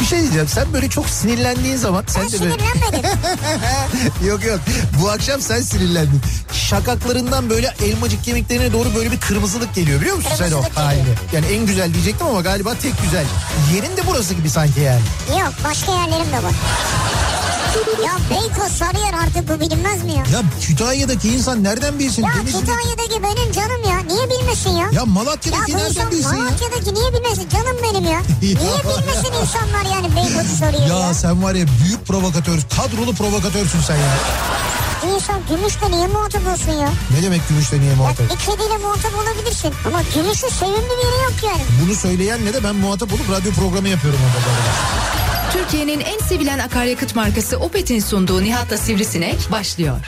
Bir şey diyeceğim, sen böyle çok sinirlendiğin zaman sen Ben de böyle... sinirlenmedim. Yok bu akşam sen sinirlendin. Şakaklarından böyle elmacık kemiklerine doğru böyle bir kırmızılık geliyor, biliyor musun sen o halini? Yani en güzel diyecektim ama galiba tek güzel. Yerin de burası gibi sanki yani. Yok, başka yerlerim de var. Ya Beykoz, Sarıyer, artık bu bilinmez mi ya? Ya Kütahya'daki insan nereden bilsin? Ya Kütahya'daki benim canım ya. Niye bilmesin ya? Ya Malatya'daki ya nereden bilsin ya? Malatya'daki niye bilmesin? Canım benim ya. Niye bilmesin insanlar yani Beykoz'u Sarıyer'i ya? Ya sen var ya büyük provokatör, kadrolu provokatörsün sen ya. İnsan Gümüş'te niye muhatap olsun ya? Ne demek Gümüş'te niye muhatap? Ya bir kediyle muhatap olabilirsin. Ama Gümüş'ün sevimli bir yeri yok yani. Bunu söyleyenle de ben muhatap olup radyo programı yapıyorum orada. Türkiye'nin en sevilen akaryakıt markası Opet'in sunduğu Nihat'la Sivrisinek başlıyor.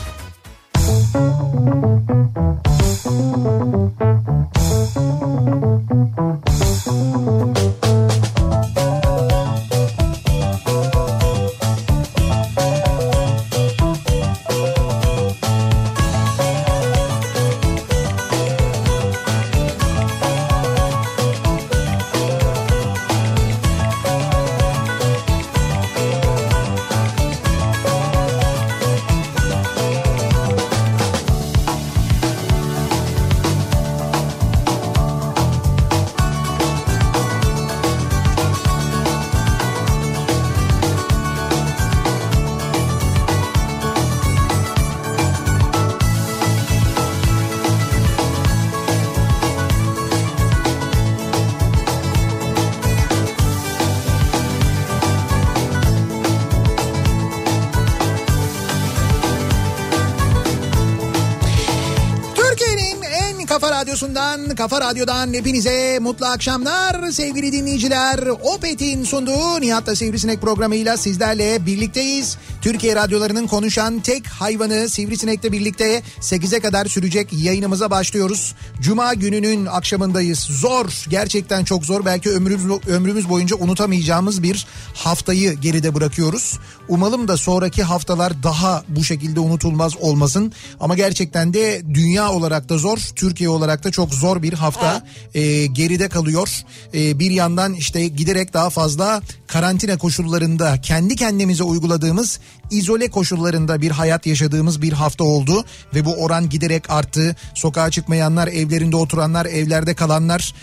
Kafa Radyo'dan hepinize mutlu akşamlar sevgili dinleyiciler. Opet'in sunduğu Nihat'la Sivrisinek programıyla sizlerle birlikteyiz. Türkiye radyolarının konuşan tek hayvanı Sivrisinek'le birlikte 8'e kadar sürecek yayınımıza başlıyoruz. Cuma gününün akşamındayız. Zor, gerçekten çok zor. Belki ömrümüz boyunca unutamayacağımız bir haftayı geride bırakıyoruz. Umalım da sonraki haftalar daha bu şekilde unutulmaz olmasın. Ama gerçekten de dünya olarak da zor, Türkiye olarak da çok zor bir hafta geride kalıyor. Bir yandan işte giderek daha fazla karantina koşullarında kendi kendimize uyguladığımız izole koşullarında bir hayat yaşadığımız bir hafta oldu ve bu oran giderek arttı. Sokağa çıkmayanlar, evlerinde oturanlar, evlerde kalanlar,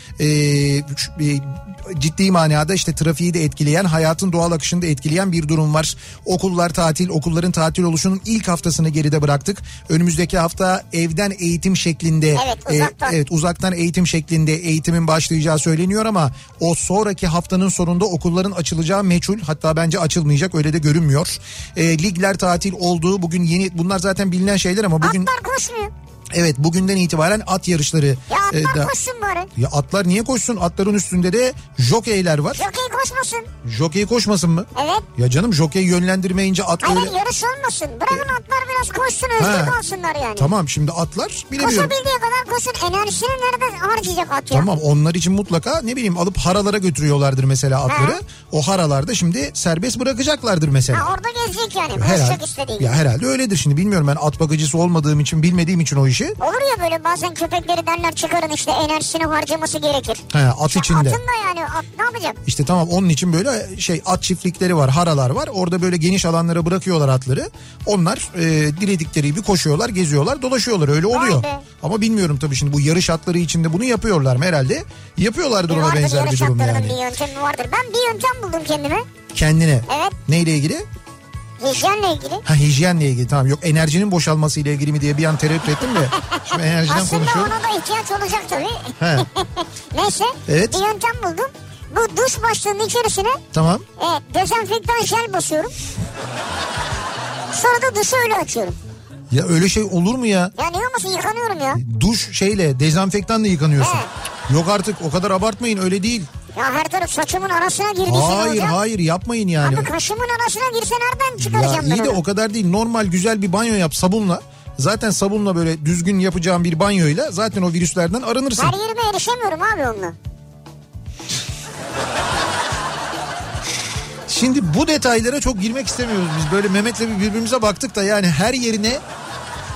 ciddi manada işte trafiği de etkileyen, hayatın doğal akışını da etkileyen bir durum var. Okullar tatil, okulların tatil oluşunun ilk haftasını geride bıraktık. Önümüzdeki hafta evden eğitim şeklinde, uzaktan eğitim şeklinde eğitimin başlayacağı söyleniyor ama o sonraki haftanın sonunda okulların açılacağı meçhul. Hatta bence açılmayacak, öyle de görünmüyor. Ligler tatil oldu. Bugün yeni, bunlar zaten bilinen şeyler ama bugün... Atlar koşmuyor. Evet, bugünden itibaren at yarışları. Ya atlar koşsun bari. Ya atlar niye koşsun? Atların üstünde de jokeyler var. Jokey koşmasın. Jokey koşmasın mı? Evet. Ya canım, jokey yönlendirmeyince at Hayır, öyle... yarış olmasın. Bırakın atlar biraz koşsun, özgür kalsınlar yani. Tamam, şimdi atlar bilemiyorum. Koşabildiği kadar koşsun. Enerjisini nereden harcayacak at ya? Tamam, onlar için mutlaka ne bileyim alıp haralara götürüyorlardır mesela atları. O haralarda şimdi serbest bırakacaklardır mesela. Orada gezecek yani. Koşacak istediği gibi. Ya herhalde öyledir, şimdi bilmiyorum, ben at bakıcısı olmadığım için, bilmediğim için o işi. Olur ya böyle bazen köpekleri derler çıkarın işte enerjisini harcaması gerekir. At içinde. Atın da yani at ne yapacak? İşte tamam, onun için böyle at çiftlikleri var, haralar var. Orada böyle geniş alanlara bırakıyorlar atları. Onlar diledikleri gibi koşuyorlar, geziyorlar, dolaşıyorlar, öyle oluyor. Ama bilmiyorum tabii, şimdi bu yarış atları içinde bunu yapıyorlar mı? Herhalde yapıyorlardır, ona benzer bir durum yani. Yarış bir yöntemi vardır. Ben bir yöntem buldum kendime. Kendine? Evet. Neyle ilgili? Hijyenle ilgili. Hijyenle ilgili, tamam. Yok, enerjinin boşalması ile ilgili mi diye bir an tereddüt ettim de. Şimdi enerjiden konuşuyorum. Aslında ona da ihtiyaç olacak tabii. Neyse. Evet. Bir yöntem buldum. Bu duş başlığının içerisine tamam. Dezenfektan jel basıyorum. Sonra da duşu öyle açıyorum. Ya öyle şey olur mu ya? Ya niye olmasın, yıkanıyorum ya. Duş dezenfektanla yıkanıyorsun. Yok artık, o kadar abartmayın, öyle değil. Ya her taraf saçımın arasına girdiyse Hayır yapmayın yani. Abi kaşımın arasına girse nereden çıkaracağım ya ben iyi de onu? o kadar değil, normal güzel bir banyo yap sabunla. Zaten sabunla böyle düzgün yapacağım bir banyoyla zaten o virüslerden arınırsın. Her yerime erişemiyorum abi onunla. Şimdi bu detaylara çok girmek istemiyoruz biz. Böyle Mehmet'le birbirimize baktık da yani her yerine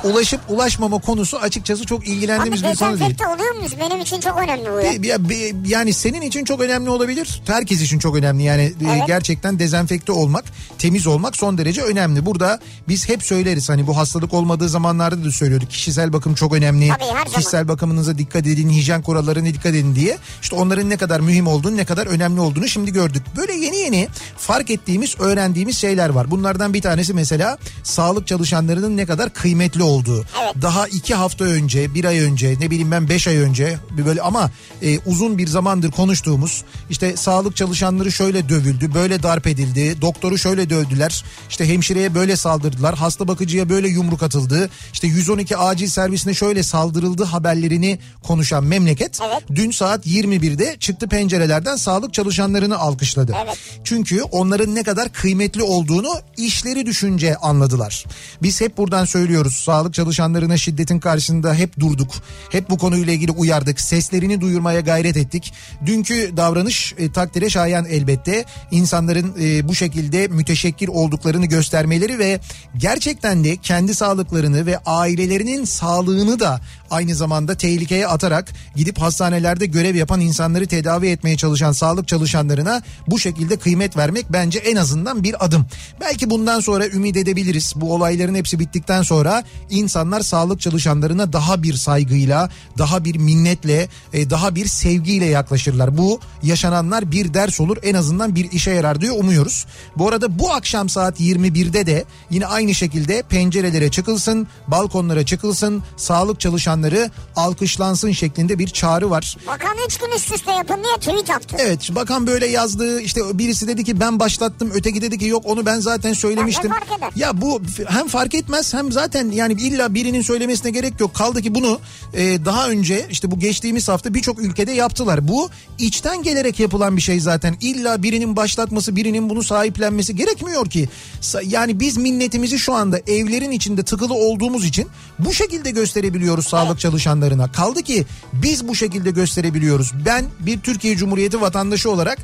ulaşıp ulaşmama konusu açıkçası çok ilgilendiğimiz bir konu değil. Dezenfekte oluyor muyuz? Benim için çok önemli bu ya. Yani senin için çok önemli olabilir. Herkes için çok önemli. Yani evet. Gerçekten dezenfekte olmak, temiz olmak son derece önemli. Burada biz hep söyleriz, hani bu hastalık olmadığı zamanlarda da söylüyorduk. Kişisel bakım çok önemli. Kişisel bakımınıza dikkat edin, hijyen kurallarına dikkat edin diye. İşte onların ne kadar mühim olduğunu, ne kadar önemli olduğunu şimdi gördük. Böyle yeni yeni fark ettiğimiz, öğrendiğimiz şeyler var. Bunlardan bir tanesi mesela sağlık çalışanlarının ne kadar kıymetli olduğu. Evet. Daha 2 hafta önce, 1 ay önce, ne bileyim ben 5 ay önce böyle ama uzun bir zamandır konuştuğumuz, işte sağlık çalışanları şöyle dövüldü, böyle darp edildi, doktoru şöyle dövdüler, işte hemşireye böyle saldırdılar, hasta bakıcıya böyle yumruk atıldı, işte 112 acil servisine şöyle saldırıldı haberlerini konuşan memleket, evet. Dün saat 21'de çıktı pencerelerden sağlık çalışanlarını alkışladı. Evet. Çünkü onların ne kadar kıymetli olduğunu işleri düşünce anladılar. Biz hep buradan söylüyoruz, sağlık çalışanlarına şiddetin karşısında hep durduk. Hep bu konuyla ilgili uyardık. Seslerini duyurmaya gayret ettik. Dünkü davranış takdire şayan elbette. İnsanların bu şekilde müteşekkir olduklarını göstermeleri ve gerçekten de kendi sağlıklarını ve ailelerinin sağlığını da aynı zamanda tehlikeye atarak gidip hastanelerde görev yapan insanları tedavi etmeye çalışan sağlık çalışanlarına bu şekilde kıymet vermek bence en azından bir adım. Belki bundan sonra ümit edebiliriz. Bu olayların hepsi bittikten sonra insanlar sağlık çalışanlarına daha bir saygıyla, daha bir minnetle, daha bir sevgiyle yaklaşırlar. Bu yaşananlar bir ders olur, en azından bir işe yarar diye umuyoruz. Bu arada bu akşam saat 21'de de yine aynı şekilde pencerelere çıkılsın, balkonlara çıkılsın, sağlık çalışanları alkışlansın şeklinde bir çağrı var. Bakan 3 gün üst üste yapın diye tweet attı. Evet, bakan böyle yazdı, işte birisi dedi ki ben başlattım, öteki dedi ki yok onu ben zaten söylemiştim. Ya bu hem fark etmez hem zaten yani illa birinin söylemesine gerek yok. Kaldı ki bunu daha önce işte bu geçtiğimiz hafta birçok ülkede yaptılar. Bu içten gelerek yapılan bir şey zaten. İlla birinin başlatması, birinin bunu sahiplenmesi gerekmiyor ki. Yani biz minnetimizi şu anda evlerin içinde tıkılı olduğumuz için bu şekilde gösterebiliyoruz sağlık çalışanlarına. Kaldı ki biz bu şekilde gösterebiliyoruz. Ben bir Türkiye Cumhuriyeti vatandaşı olarak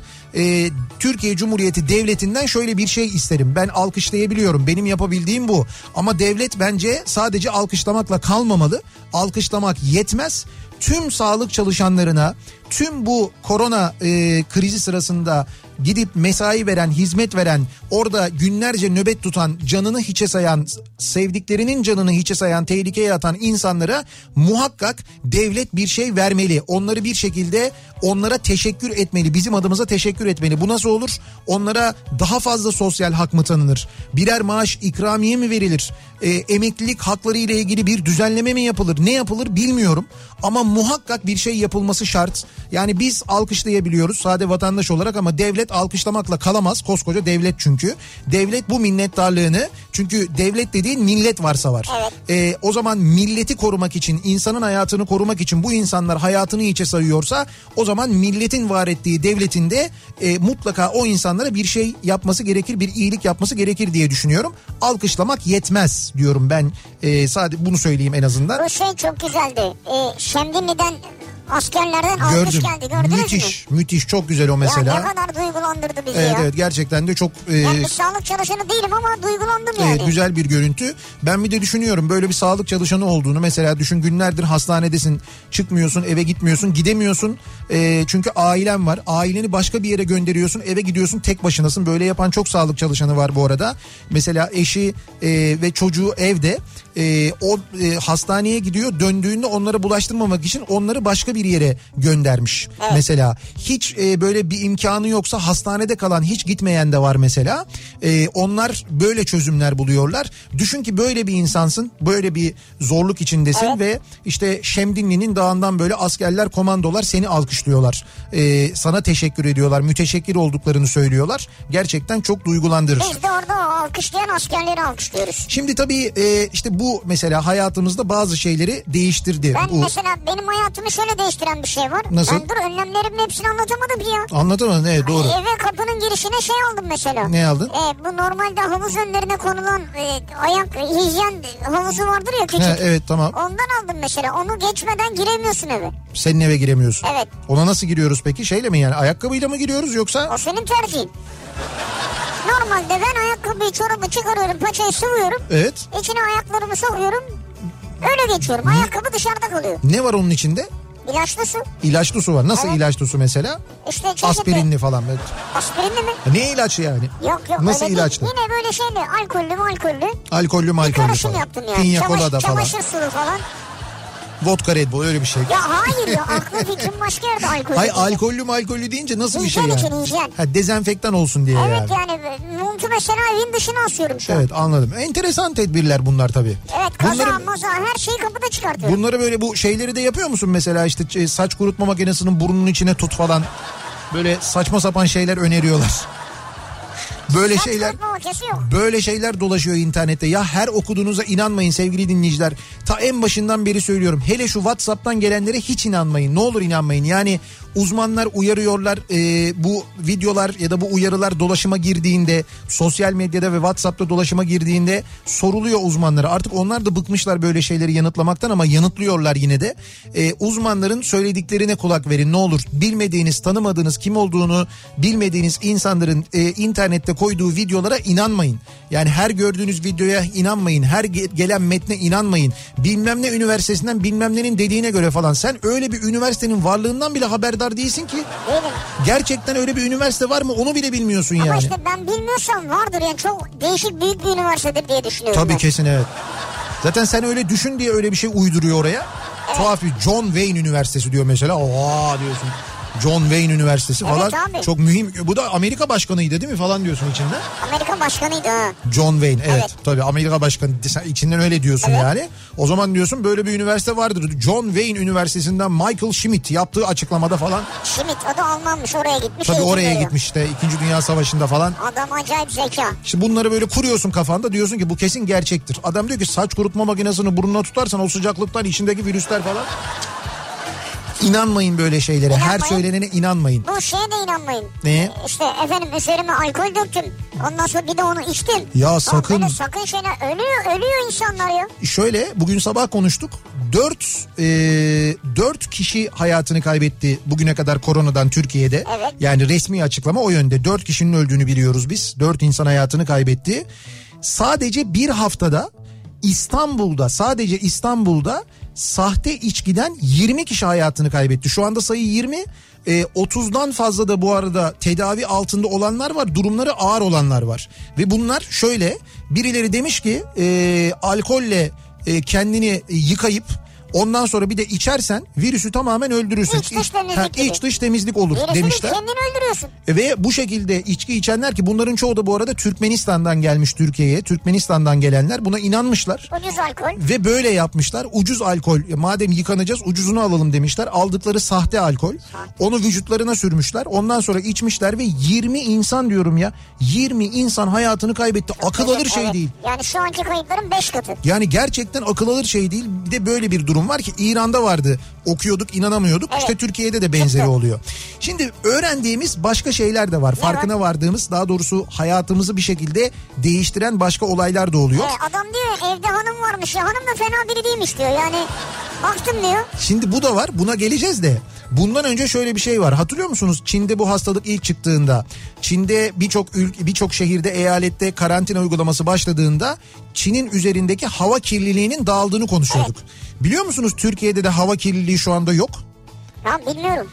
Türkiye Cumhuriyeti devletinden şöyle bir şey isterim. Ben alkışlayabiliyorum. Benim yapabildiğim bu. Ama devlet bence sadece alkışlamakla kalmamalı. Alkışlamak yetmez. Tüm sağlık çalışanlarına, tüm bu korona krizi sırasında gidip mesai veren, hizmet veren, orada günlerce nöbet tutan, canını hiçe sayan, sevdiklerinin canını hiçe sayan, tehlikeye atan insanlara muhakkak devlet bir şey vermeli. Onları bir şekilde onlara teşekkür etmeli. Bizim adımıza teşekkür etmeli. Bu nasıl olur? Onlara daha fazla sosyal hak mı tanınır? Birer maaş ikramiye mi verilir? Emeklilik hakları ile ilgili bir düzenleme mi yapılır? Ne yapılır bilmiyorum. Ama muhakkak bir şey yapılması şart. Yani biz alkışlayabiliyoruz sade vatandaş olarak ama devlet alkışlamakla kalamaz. Koskoca devlet çünkü. Devlet bu minnettarlığını, çünkü devlet dediğin millet varsa var. Evet. O zaman milleti korumak için, insanın hayatını korumak için bu insanlar hayatını hiçe sayıyorsa o zaman milletin var ettiği devletin de mutlaka o insanlara bir şey yapması gerekir, bir iyilik yapması gerekir diye düşünüyorum. Alkışlamak yetmez diyorum ben. Sadece bunu söyleyeyim en azından. Bu şey çok güzeldi. Şemdinli'den askerlerden alkış geldi, gördünüz mü? Müthiş, çok güzel o mesela. Ya ne kadar duygulandırdı bizi ya. Evet, gerçekten de çok... Ben bir sağlık çalışanı değilim ama duygulandım yani. Evet, güzel bir görüntü. Ben bir de düşünüyorum böyle bir sağlık çalışanı olduğunu. Mesela düşün, günlerdir hastanedesin, çıkmıyorsun, eve gitmiyorsun, gidemiyorsun. Çünkü ailen var. Aileni başka bir yere gönderiyorsun, eve gidiyorsun, tek başınasın. Böyle yapan çok sağlık çalışanı var bu arada. Mesela eşi ve çocuğu evde. O hastaneye gidiyor, döndüğünde onlara bulaştırmamak için onları başka bir yere göndermiş. Evet. Mesela hiç böyle bir imkanı yoksa hastanede kalan, hiç gitmeyen de var mesela. Onlar böyle çözümler buluyorlar. Düşün ki böyle bir insansın, böyle bir zorluk içindesin, evet. Ve işte Şemdinli'nin dağından böyle askerler, komandolar seni alkışlıyorlar. Sana teşekkür ediyorlar, müteşekkir olduklarını söylüyorlar. Gerçekten çok duygulandırır. Biz de orada alkışlayan askerleri alkışlıyoruz. Şimdi tabii işte bu mesela hayatımızda bazı şeyleri değiştirdi. Ben mesela benim hayatımı şöyle değiştiren bir şey var. Nasıl? Ben önlemlerimin hepsini anlatamadım ya. Anlatamadın, evet, doğru. Eve kapının girişine şey aldım mesela. Ne aldın? Bu normalde havuz önlerine konulan ayak hijyen havuzu vardır ya, küçük. Evet, tamam. Ondan aldım mesela. Onu geçmeden giremiyorsun eve. Senin eve giremiyorsun. Evet. Ona nasıl giriyoruz peki? Şeyle mi yani? Ayakkabıyla mı giriyoruz yoksa? O senin tercihin. Normalde ben ayakkabıyı, çorabı çıkarıyorum, paçayı sıvıyorum. Evet. İçine ayaklarımı sokuyorum. Öyle geçiyorum. Ayakkabı dışarıda kalıyor. Ne var onun içinde? İlaçlı su. İlaçlı su var. Nasıl ilaçlı su mesela? İşte çeşitli. Aspirinli falan. Evet. Aspirinli mi? Ne ilaçı yani? Yok Nasıl ilaçlı? Yine böyle şeyli alkollü. Alkollü bir karışım yaptım yani. Pinya colada falan. Çamaşır suyu falan. Vodka Red Bull öyle bir şey. Ya hayır ya, aklım fikrim başka yerde alkollü. Hayır, alkollü deyince nasıl bir şey yani? Hijyen. Ha, dezenfektan olsun diye evet yani montu mesela evin dışına asıyorum şu an. Evet, anladım. Enteresan tedbirler bunlar tabii. Evet, kaza maza her şeyi kapıda çıkartıyorum. Bunları böyle bu şeyleri de yapıyor musun mesela, işte saç kurutma makinesinin burnunun içine tut falan. Böyle saçma sapan şeyler öneriyorlar. Böyle şeyler dolaşıyor internette. Ya her okuduğunuza inanmayın sevgili dinleyiciler. Ta en başından beri söylüyorum. Hele şu WhatsApp'tan gelenlere hiç inanmayın. Ne olur inanmayın. Yani uzmanlar uyarıyorlar. Bu videolar ya da bu uyarılar dolaşıma girdiğinde, sosyal medyada ve WhatsApp'ta dolaşıma girdiğinde soruluyor uzmanlara. Artık onlar da bıkmışlar böyle şeyleri yanıtlamaktan ama yanıtlıyorlar yine de. Uzmanların söylediklerine kulak verin ne olur. Bilmediğiniz, tanımadığınız, kim olduğunu bilmediğiniz insanların internette koyduğu videolara inanmayın. Yani her gördüğünüz videoya inanmayın. Her gelen metne inanmayın. Bilmem ne üniversitesinden bilmem nenin dediğine göre falan. Sen öyle bir üniversitenin varlığından bile haberdar değilsin ki. Değilim. Gerçekten öyle bir üniversite var mı onu bile bilmiyorsun yani. Ama işte ben bilmiyorsam vardır yani, çok değişik büyük bir üniversitedir diye düşünüyorum. Tabii kesin, evet. Zaten sen öyle düşün diye öyle bir şey uyduruyor oraya. Evet. Tuhaf bir John Wayne Üniversitesi diyor mesela. Oha diyorsun. John Wayne Üniversitesi falan. Abi. Çok mühim. Bu da Amerika başkanıydı değil mi falan diyorsun içinde. Amerika başkanıydı ha. John Wayne evet. Tabii Amerika başkanı. Sen içinden öyle diyorsun yani. O zaman diyorsun böyle bir üniversite vardır. John Wayne Üniversitesi'nden Michael Schmidt yaptığı açıklamada falan. Schmidt o da Almanmış, oraya gitmiş. Tabii oraya gitmiş işte 2. Dünya Savaşı'nda falan. Adam acayip zeka. İşte bunları böyle kuruyorsun kafanda, diyorsun ki bu kesin gerçektir. Adam diyor ki saç kurutma makinesini burnuna tutarsan o sıcaklıktan içindeki virüsler falan. İnanmayın böyle şeylere. İnanmayın. Her söylenene inanmayın. Bu şeye de inanmayın. Neye? İşte efendim üzerime alkol döktüm. Ondan sonra bir de onu içtim. Ya sakın. Sakın şeyler, ölüyor insanlar ya. Şöyle bugün sabah konuştuk. 4 kişi hayatını kaybetti bugüne kadar koronadan Türkiye'de. Evet. Yani resmi açıklama o yönde. 4 kişinin öldüğünü biliyoruz biz. 4 insan hayatını kaybetti. Sadece bir haftada sadece İstanbul'da sahte içkiden 20 kişi hayatını kaybetti. Şu anda sayı 20. 30'dan fazla da bu arada tedavi altında olanlar var. Durumları ağır olanlar var. Ve bunlar şöyle, birileri demiş ki alkolle kendini yıkayıp ondan sonra bir de içersen virüsü tamamen öldürürsün. İç dış temizlik olur virüsü demişler. Kendini öldürüyorsun. Ve bu şekilde içki içenler, ki bunların çoğu da bu arada Türkmenistan'dan gelmiş Türkiye'ye. Türkmenistan'dan gelenler buna inanmışlar. Ucuz alkol. Ve böyle yapmışlar. Ucuz alkol, madem yıkanacağız ucuzunu alalım demişler. Aldıkları sahte alkol. Onu vücutlarına sürmüşler. Ondan sonra içmişler ve 20 insan diyorum ya. 20 insan hayatını kaybetti. Akıl alır şey değil. Yani şu anki kayıpların 5 katı. Yani gerçekten akıl alır şey değil. Bir de böyle bir durum var ki İran'da vardı. Okuyorduk, inanamıyorduk. Evet. İşte Türkiye'de de benzeri oluyor. Şimdi öğrendiğimiz başka şeyler de var. Farkına vardığımız, daha doğrusu hayatımızı bir şekilde değiştiren başka olaylar da oluyor. Adam diyor evde hanım varmış ya, hanım da fena biri değilmiş diyor. Yani baktım diyor. Şimdi bu da var, buna geleceğiz de. Bundan önce şöyle bir şey var. Hatırlıyor musunuz? Çin'de bu hastalık ilk çıktığında, Çin'de birçok şehirde, eyalette karantina uygulaması başladığında Çin'in üzerindeki hava kirliliğinin dağıldığını konuşuyorduk. Evet. Biliyor musunuz Türkiye'de de hava kirliliği şu anda yok? Ben bilmiyorum.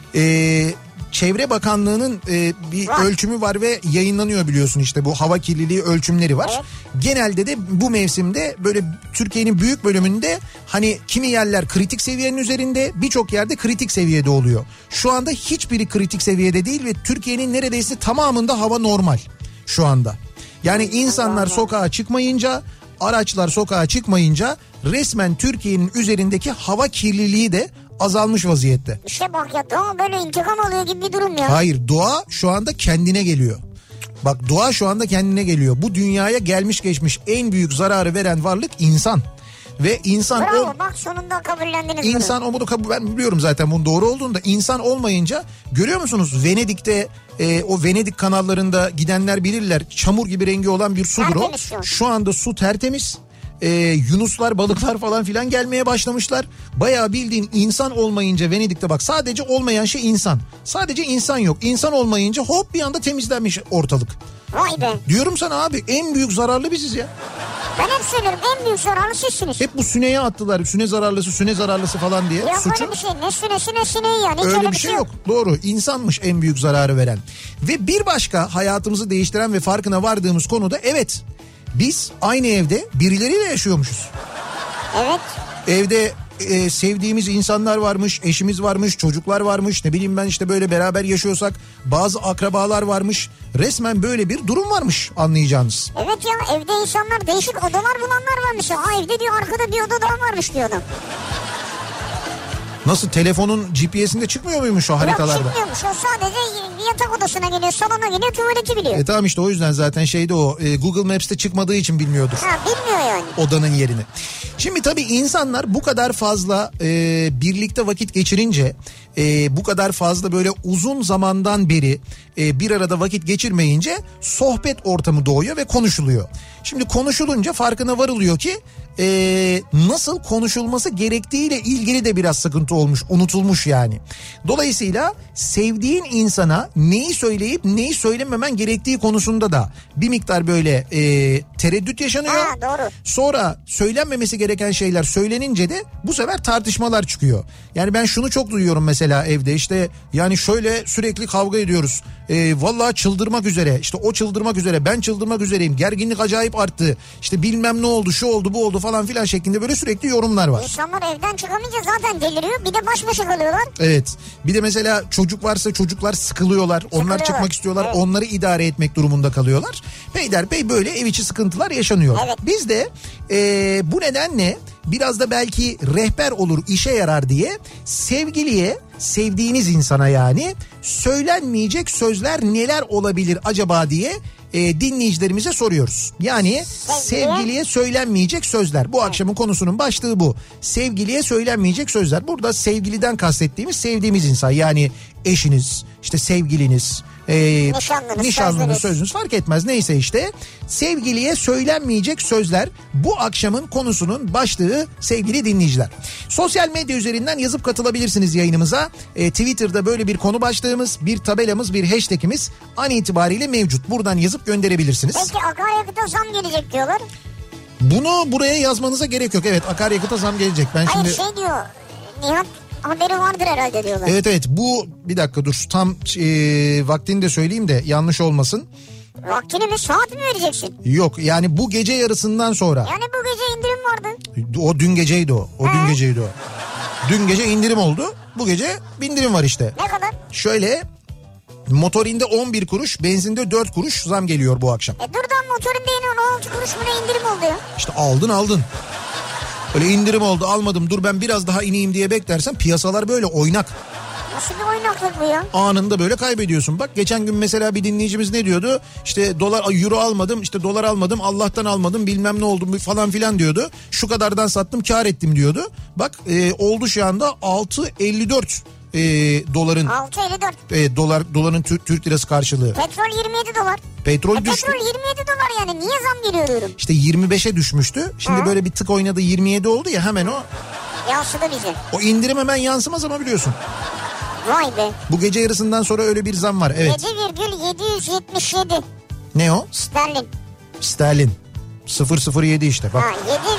Çevre Bakanlığı'nın bir ölçümü var ve yayınlanıyor biliyorsun, işte bu hava kirliliği ölçümleri var. Evet. Genelde de bu mevsimde böyle Türkiye'nin büyük bölümünde hani kimi yerler kritik seviyenin üzerinde, birçok yerde kritik seviyede oluyor. Şu anda hiçbiri kritik seviyede değil ve Türkiye'nin neredeyse tamamında hava normal şu anda. Yani insanlar sokağa çıkmayınca, araçlar sokağa çıkmayınca resmen Türkiye'nin üzerindeki hava kirliliği de azalmış vaziyette. İşte bak ya, doğa böyle intikam alıyor gibi bir durum ya. Hayır, doğa şu anda kendine geliyor. Bak, doğa şu anda kendine geliyor. Bu dünyaya gelmiş geçmiş en büyük zararı veren varlık insan. Ve insan... Bravo, bak sonunda kabullendiniz bunu. İnsan ben biliyorum zaten bunun doğru olduğunu da, insan olmayınca görüyor musunuz? Venedik'te o Venedik kanallarında gidenler bilirler, çamur gibi rengi olan bir sudur o. Şu anda su tertemiz. Yunuslar, balıklar falan filan gelmeye başlamışlar. Bayağı bildiğin insan olmayınca Venedik'te bak, sadece olmayan şey insan. Sadece insan yok. İnsan olmayınca hop bir anda temizlenmiş ortalık. Vay be. Diyorum sana abi, en büyük zararlı biziz ya. Ben hep söylerim, en büyük zararlı sizsiniz. Hep bu süneye attılar. Süne zararlısı falan diye. Yok suçu. öyle bir şey. Ne sünesi ne sineği yani. Öyle bir şey yok. Doğru. İnsanmış en büyük zararı veren. Ve bir başka hayatımızı değiştiren ve farkına vardığımız konu da evet. Biz aynı evde birileriyle yaşıyormuşuz. Evet. Evde sevdiğimiz insanlar varmış, eşimiz varmış, çocuklar varmış, ne bileyim ben işte böyle beraber yaşıyorsak bazı akrabalar varmış. Resmen böyle bir durum varmış, anlayacağınız. Evet ya, evde insanlar değişik odalar bulanlar varmış. Evde diyor arkada bir oda daha varmış diyor adam. Nasıl, telefonun GPS'inde çıkmıyor muymuş o haritalarda? Yok, çıkmıyormuş. O sadece yatak odasına geliyor, salona geliyor, tuvaleti biliyor. Tamam işte o yüzden zaten şeyde o Google Maps'te çıkmadığı için bilmiyordur. Bilmiyor yani. Odanın yerini. Şimdi tabii insanlar bu kadar fazla birlikte vakit geçirince, bu kadar fazla böyle uzun zamandan beri bir arada vakit geçirmeyince sohbet ortamı doğuyor ve konuşuluyor. Şimdi konuşulunca farkına varılıyor ki nasıl konuşulması gerektiğiyle ilgili de biraz sıkıntı olmuş, unutulmuş yani. Dolayısıyla sevdiğin insana neyi söyleyip neyi söylememen gerektiği konusunda da bir miktar böyle tereddüt yaşanıyor. Doğru. Sonra söylenmemesi gereken şeyler söylenince de bu sefer tartışmalar çıkıyor. Yani ben şunu çok duyuyorum mesela evde, işte yani şöyle sürekli kavga ediyoruz. Vallahi çıldırmak üzere, işte o çıldırmak üzere, ben çıldırmak üzereyim, gerginlik acayip arttı, işte bilmem ne oldu, şu oldu, bu oldu falan filan şeklinde böyle sürekli yorumlar var. İnsanlar evden çıkamayınca zaten deliriyor, bir de baş başa kalıyorlar. Evet, bir de mesela çocuk varsa çocuklar sıkılıyorlar, onlar çıkmak istiyorlar, evet. Onları idare etmek durumunda kalıyorlar. Peyderpey böyle ev içi sıkıntılar yaşanıyor. Evet. Biz de bu nedenle biraz da belki rehber olur, işe yarar diye sevgiliye, sevdiğiniz insana yani söylenmeyecek sözler neler olabilir acaba diye dinleyicilerimize soruyoruz. Yani sevgiliye söylenmeyecek sözler. Bu akşamın konusunun başlığı bu. Sevgiliye söylenmeyecek sözler. Burada sevgiliden kastettiğimiz sevdiğimiz insan, yani eşiniz, işte sevgiliniz, nişanlınız, sözünüz fark etmez, neyse işte sevgiliye söylenmeyecek sözler bu akşamın konusunun başlığı sevgili dinleyiciler. Sosyal medya üzerinden yazıp katılabilirsiniz yayınımıza. Twitter'da böyle bir konu başlığımız, bir tabelamız, bir hashtagimiz an itibariyle mevcut. Buradan yazıp gönderebilirsiniz. Peki akaryakıta zam gelecek diyorlar. Bunu buraya yazmanıza gerek yok. Evet, akaryakıta zam gelecek. Hayır, şey diyor Nihat, haberi vardır herhalde diyorlar. Evet bu bir dakika dur tam vaktini de söyleyeyim de yanlış olmasın. Vaktini mi, saat mi vereceksin? Yok yani bu gece yarısından sonra. Yani bu gece indirim vardı. O dün geceydi o. Dün geceydi o. Dün gece indirim oldu. Bu gece indirim var işte. Ne kadar? Şöyle, motorinde 11 kuruş, benzinde 4 kuruş zam geliyor bu akşam. Dur motorinde yine 16 kuruş mu ne indirim oldu ya? İşte aldın. Öyle indirim oldu almadım, dur ben biraz daha ineyim diye beklersen piyasalar böyle oynak. Nasıl bir oynaklık bu ya? Anında böyle kaybediyorsun. Bak geçen gün mesela bir dinleyicimiz ne diyordu? İşte euro almadım, işte dolar almadım, Allah'tan almadım, bilmem ne oldu falan filan diyordu. Şu kadardan sattım, kar ettim diyordu. Bak oldu şu anda 6.54 doların 6.54 doların Türk lirası karşılığı. Petrol 27 dolar. Petrol düştü. Petrol 27 dolar yani, niye zam geliyor diyorum. İşte 25'e düşmüştü. Şimdi böyle bir tık oynadı, 27 oldu ya, hemen o yansıdı bize. O indirim hemen yansımaz ama biliyorsun. Vay be. Bu gece yarısından sonra öyle bir zam var, evet. 7,777. Ne o? Sterlin. 007 işte bak.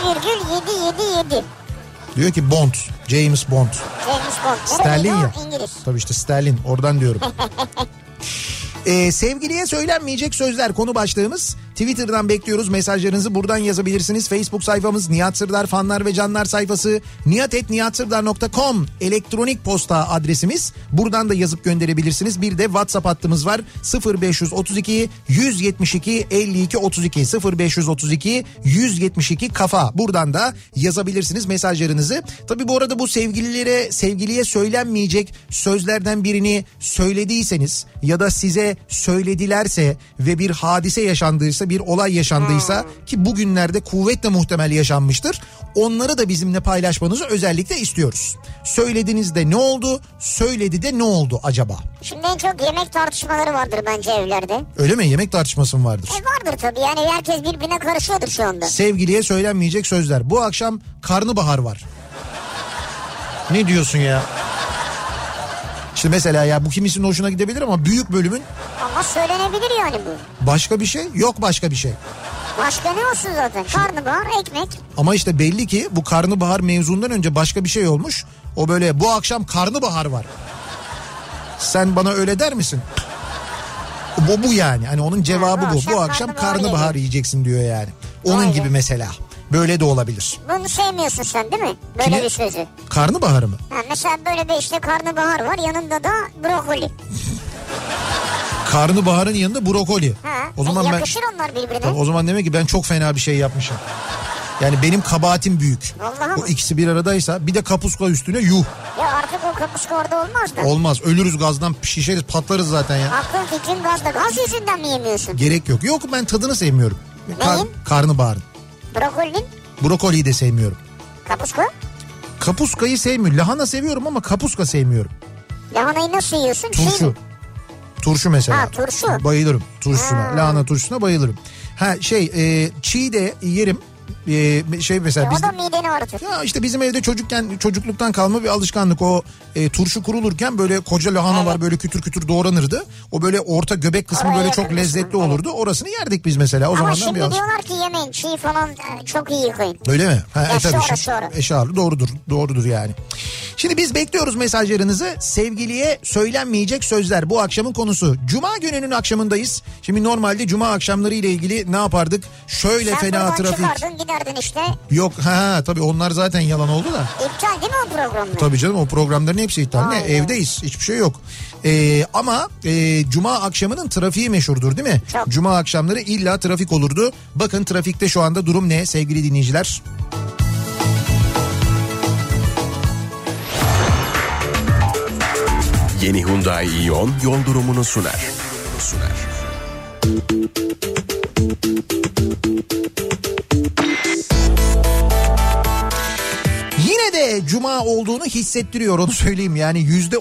7,777. Diyor ki Bond. James Bond. Sterlin ya. İngiliz. Tabii işte Sterlin, oradan diyorum. Sevgiliye söylenmeyecek sözler konu başlığımız. Twitter'dan bekliyoruz mesajlarınızı, buradan yazabilirsiniz. Facebook sayfamız Nihat Sırdar fanlar ve canlar sayfası, nihat@nihatsırdar.com elektronik posta adresimiz. Buradan da yazıp gönderebilirsiniz. Bir de WhatsApp hattımız var, 0532 172 52 32 0532 172 kafa. Buradan da yazabilirsiniz mesajlarınızı. Tabii bu arada bu sevgiliye söylenmeyecek sözlerden birini söylediyseniz ya da size söyledilerse ve bir hadise yaşandıysa, bir olay yaşandıysa ki bugünlerde kuvvetle muhtemel yaşanmıştır, onları da bizimle paylaşmanızı özellikle istiyoruz. Söylediniz de ne oldu? Söyledi de ne oldu acaba? Şimdi en çok yemek tartışmaları vardır bence evlerde. Öyle mi? Yemek tartışması mı vardır? Vardır tabii, yani herkes birbirine karışıyordur şu anda. Sevgiliye söylenmeyecek sözler. Bu akşam karnabahar var. Ne diyorsun ya? İşte mesela ya bu kimisinin hoşuna gidebilir ama büyük bölümün... Ama söylenebilir yani bu. Başka bir şey? Yok başka bir şey. Başka ne olsun zaten? Karnabahar, ekmek. Ama işte belli ki bu karnabahar mevzundan önce başka bir şey olmuş. O böyle bu akşam karnabahar var. Sen bana öyle der misin? Bu yani. Hani onun cevabı bu. Bu akşam karnabahar yiyeceksin diyor yani. Onun gibi mesela. Böyle de olabilir. Bunu sevmiyorsun sen değil mi? Böyle bir sözü. Karnabaharı mı? Ha, mesela böyle bir işte karnabahar var, yanında da brokoli. Karnabaharın yanında brokoli. Ha, o zaman yakışır onlar birbirine. Tabii, o zaman demek ki ben çok fena bir şey yapmışım. Yani benim kabahatim büyük. Vallahi o ikisi bir aradaysa bir de kapuska üstüne yuh. Ya artık o kapuska orada olmaz da. Olmaz, ölürüz gazdan, şişeriz, patlarız zaten ya. Aklın fikrin gazda. Gaz yüzünden mi yemiyorsun? Gerek yok. Yok, ben tadını sevmiyorum. Neyin? Karnabaharın. Brokolinin? Brokoliyi de sevmiyorum. Kapuska? Kapuskayı sevmiyorum. Lahana seviyorum ama kapuska sevmiyorum. Lahanayı nasıl yiyorsun? Turşu. Turşu mesela. Ha, turşu. Bayılırım turşusuna. Lahana turşusuna bayılırım. Çiğ de yerim. Mesela o da mideni ağrıtır. Ya işte bizim evde çocukluktan kalma bir alışkanlık. O turşu kurulurken böyle koca lahana var, böyle kütür kütür doğranırdı. O böyle orta göbek kısmı böyle çok lezzetli olurdu. Orasını yerdik biz mesela. Ama şimdi diyorlar ki yemeyin, çiğ falan çok iyi yıkayın. Öyle mi? Tabii. Sonra. Doğrudur yani. Şimdi biz bekliyoruz mesajlarınızı. Sevgiliye söylenmeyecek sözler bu akşamın konusu. Cuma gününün akşamındayız. Şimdi normalde cuma akşamları ile ilgili ne yapardık? Şöyle fena trafik. Çıkardın, giderdin işte. Yok tabii onlar zaten yalan oldu da. İptal değil mi o programlar? Tabii canım, o programların hepsi iptal. Ne evdeyiz, hiçbir şey yok. Ama cuma akşamının trafiği meşhurdur değil mi? Çok. Cuma akşamları illa trafik olurdu. Bakın trafikte şu anda durum ne sevgili dinleyiciler? Yeni Hyundai Ion yol durumunu sunar. Yine de cuma olduğunu hissettiriyor, onu söyleyeyim. Yani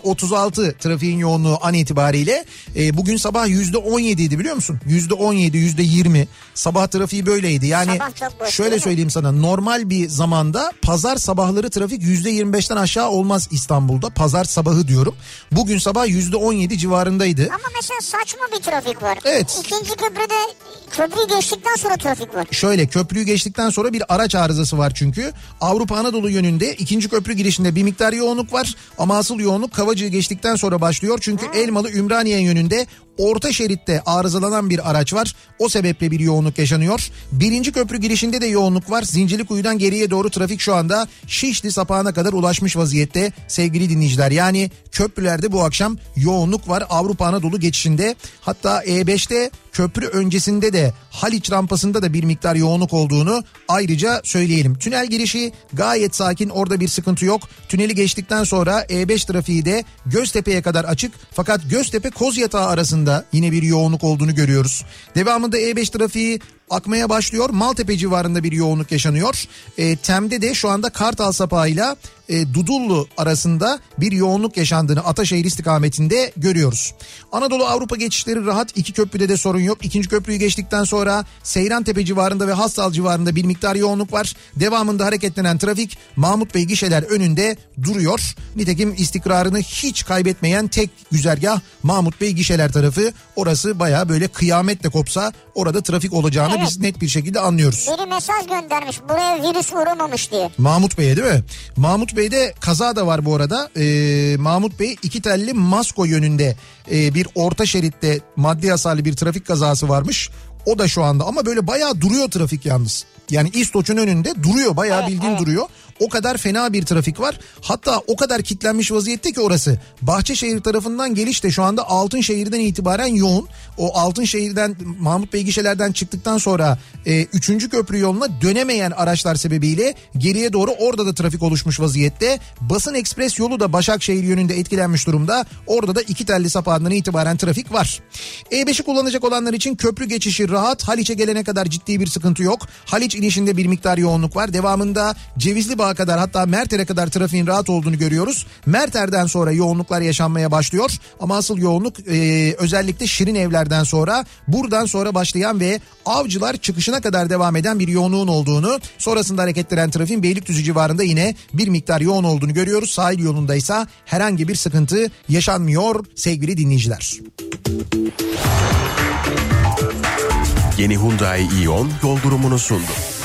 %36 trafiğin yoğunluğu an itibariyle. Bugün sabah %17 idi biliyor musun? %17, %20 sabah trafiği böyleydi. Yani şöyle söyleyeyim sana, normal bir zamanda pazar sabahları trafik %25'ten aşağı olmaz İstanbul'da. Pazar sabahı diyorum. Bugün sabah %17 civarındaydı. Ama mesela saçma bir trafik var. Evet. İkinci köprüyü geçtikten sonra trafik var. Şöyle, köprüyü geçtikten sonra bir araç arızası var çünkü. Avrupa Anadolu yönünde ikinci köprü girişinde bir miktar yoğunluk var. Ama asıl yoğunluk Kavacık'ı geçtikten sonra başlıyor. Çünkü Elmalı Ümraniye yönünde orta şeritte arızalanan bir araç var. O sebeple bir yoğunluk yaşanıyor. Birinci köprü girişinde de yoğunluk var. Zincirlikuyu'dan geriye doğru trafik şu anda Şişli sapağına kadar ulaşmış vaziyette sevgili dinleyiciler. Yani köprülerde bu akşam yoğunluk var Avrupa Anadolu geçişinde. Hatta E5'te köprü öncesinde de Haliç rampasında da bir miktar yoğunluk olduğunu ayrıca söyleyelim. Tünel girişi gayet sakin, orada bir sıkıntı yok. Tüneli geçtikten sonra E5 trafiği de Göztepe'ye kadar açık. Fakat Göztepe Kozyatağı arasında yine bir yoğunluk olduğunu görüyoruz. Devamında E5 trafiği akmaya başlıyor. Maltepe civarında bir yoğunluk yaşanıyor. Tem'de de şu anda Kartal sapağıyla Dudullu arasında bir yoğunluk yaşandığını Ataşehir istikametinde görüyoruz. Anadolu Avrupa geçişleri rahat. İki köprüde de sorun yok. İkinci köprüyü geçtikten sonra Seyrantepe civarında ve Hastal civarında bir miktar yoğunluk var. Devamında hareketlenen trafik Mahmut Bey gişeler önünde duruyor. Nitekim istikrarını hiç kaybetmeyen tek güzergah Mahmut Bey gişeler tarafı. Orası bayağı böyle kıyametle kopsa orada trafik olacağını biz net bir şekilde anlıyoruz. Biri mesaj göndermiş, buraya virüs uğramamış diye. Mahmut Bey'e değil mi? Mahmut Bey'de kaza da var bu arada. Mahmut Bey İkitelli Masko yönünde bir orta şeritte maddi hasarlı bir trafik kazası varmış. O da şu anda ama böyle bayağı duruyor trafik yalnız. Yani İstoç'un önünde duruyor, bayağı bildiğin duruyor. O kadar fena bir trafik var. Hatta o kadar kitlenmiş vaziyette ki orası. Bahçeşehir tarafından geliş de şu anda Altınşehir'den itibaren yoğun. O Altınşehir'den Mahmut Bey gişelerden çıktıktan sonra 3. köprü yoluna dönemeyen araçlar sebebiyle geriye doğru orada da trafik oluşmuş vaziyette. Basın Ekspres yolu da Başakşehir yönünde etkilenmiş durumda. Orada da iki telli sapağından itibaren trafik var. E5'i kullanacak olanlar için köprü geçişi rahat. Haliç'e gelene kadar ciddi bir sıkıntı yok. Haliç inişinde bir miktar yoğunluk var. Devamında Cevizli kadar, hatta Merter'e kadar trafiğin rahat olduğunu görüyoruz. Merter'den sonra yoğunluklar yaşanmaya başlıyor. Ama asıl yoğunluk özellikle Şirin Evler'den sonra, buradan sonra başlayan ve Avcılar çıkışına kadar devam eden bir yoğunluğun olduğunu, sonrasında hareketlenen trafiğin Beylikdüzü civarında yine bir miktar yoğun olduğunu görüyoruz. Sahil yolundaysa herhangi bir sıkıntı yaşanmıyor sevgili dinleyiciler. Yeni Hyundai Ion yol durumunu sundu.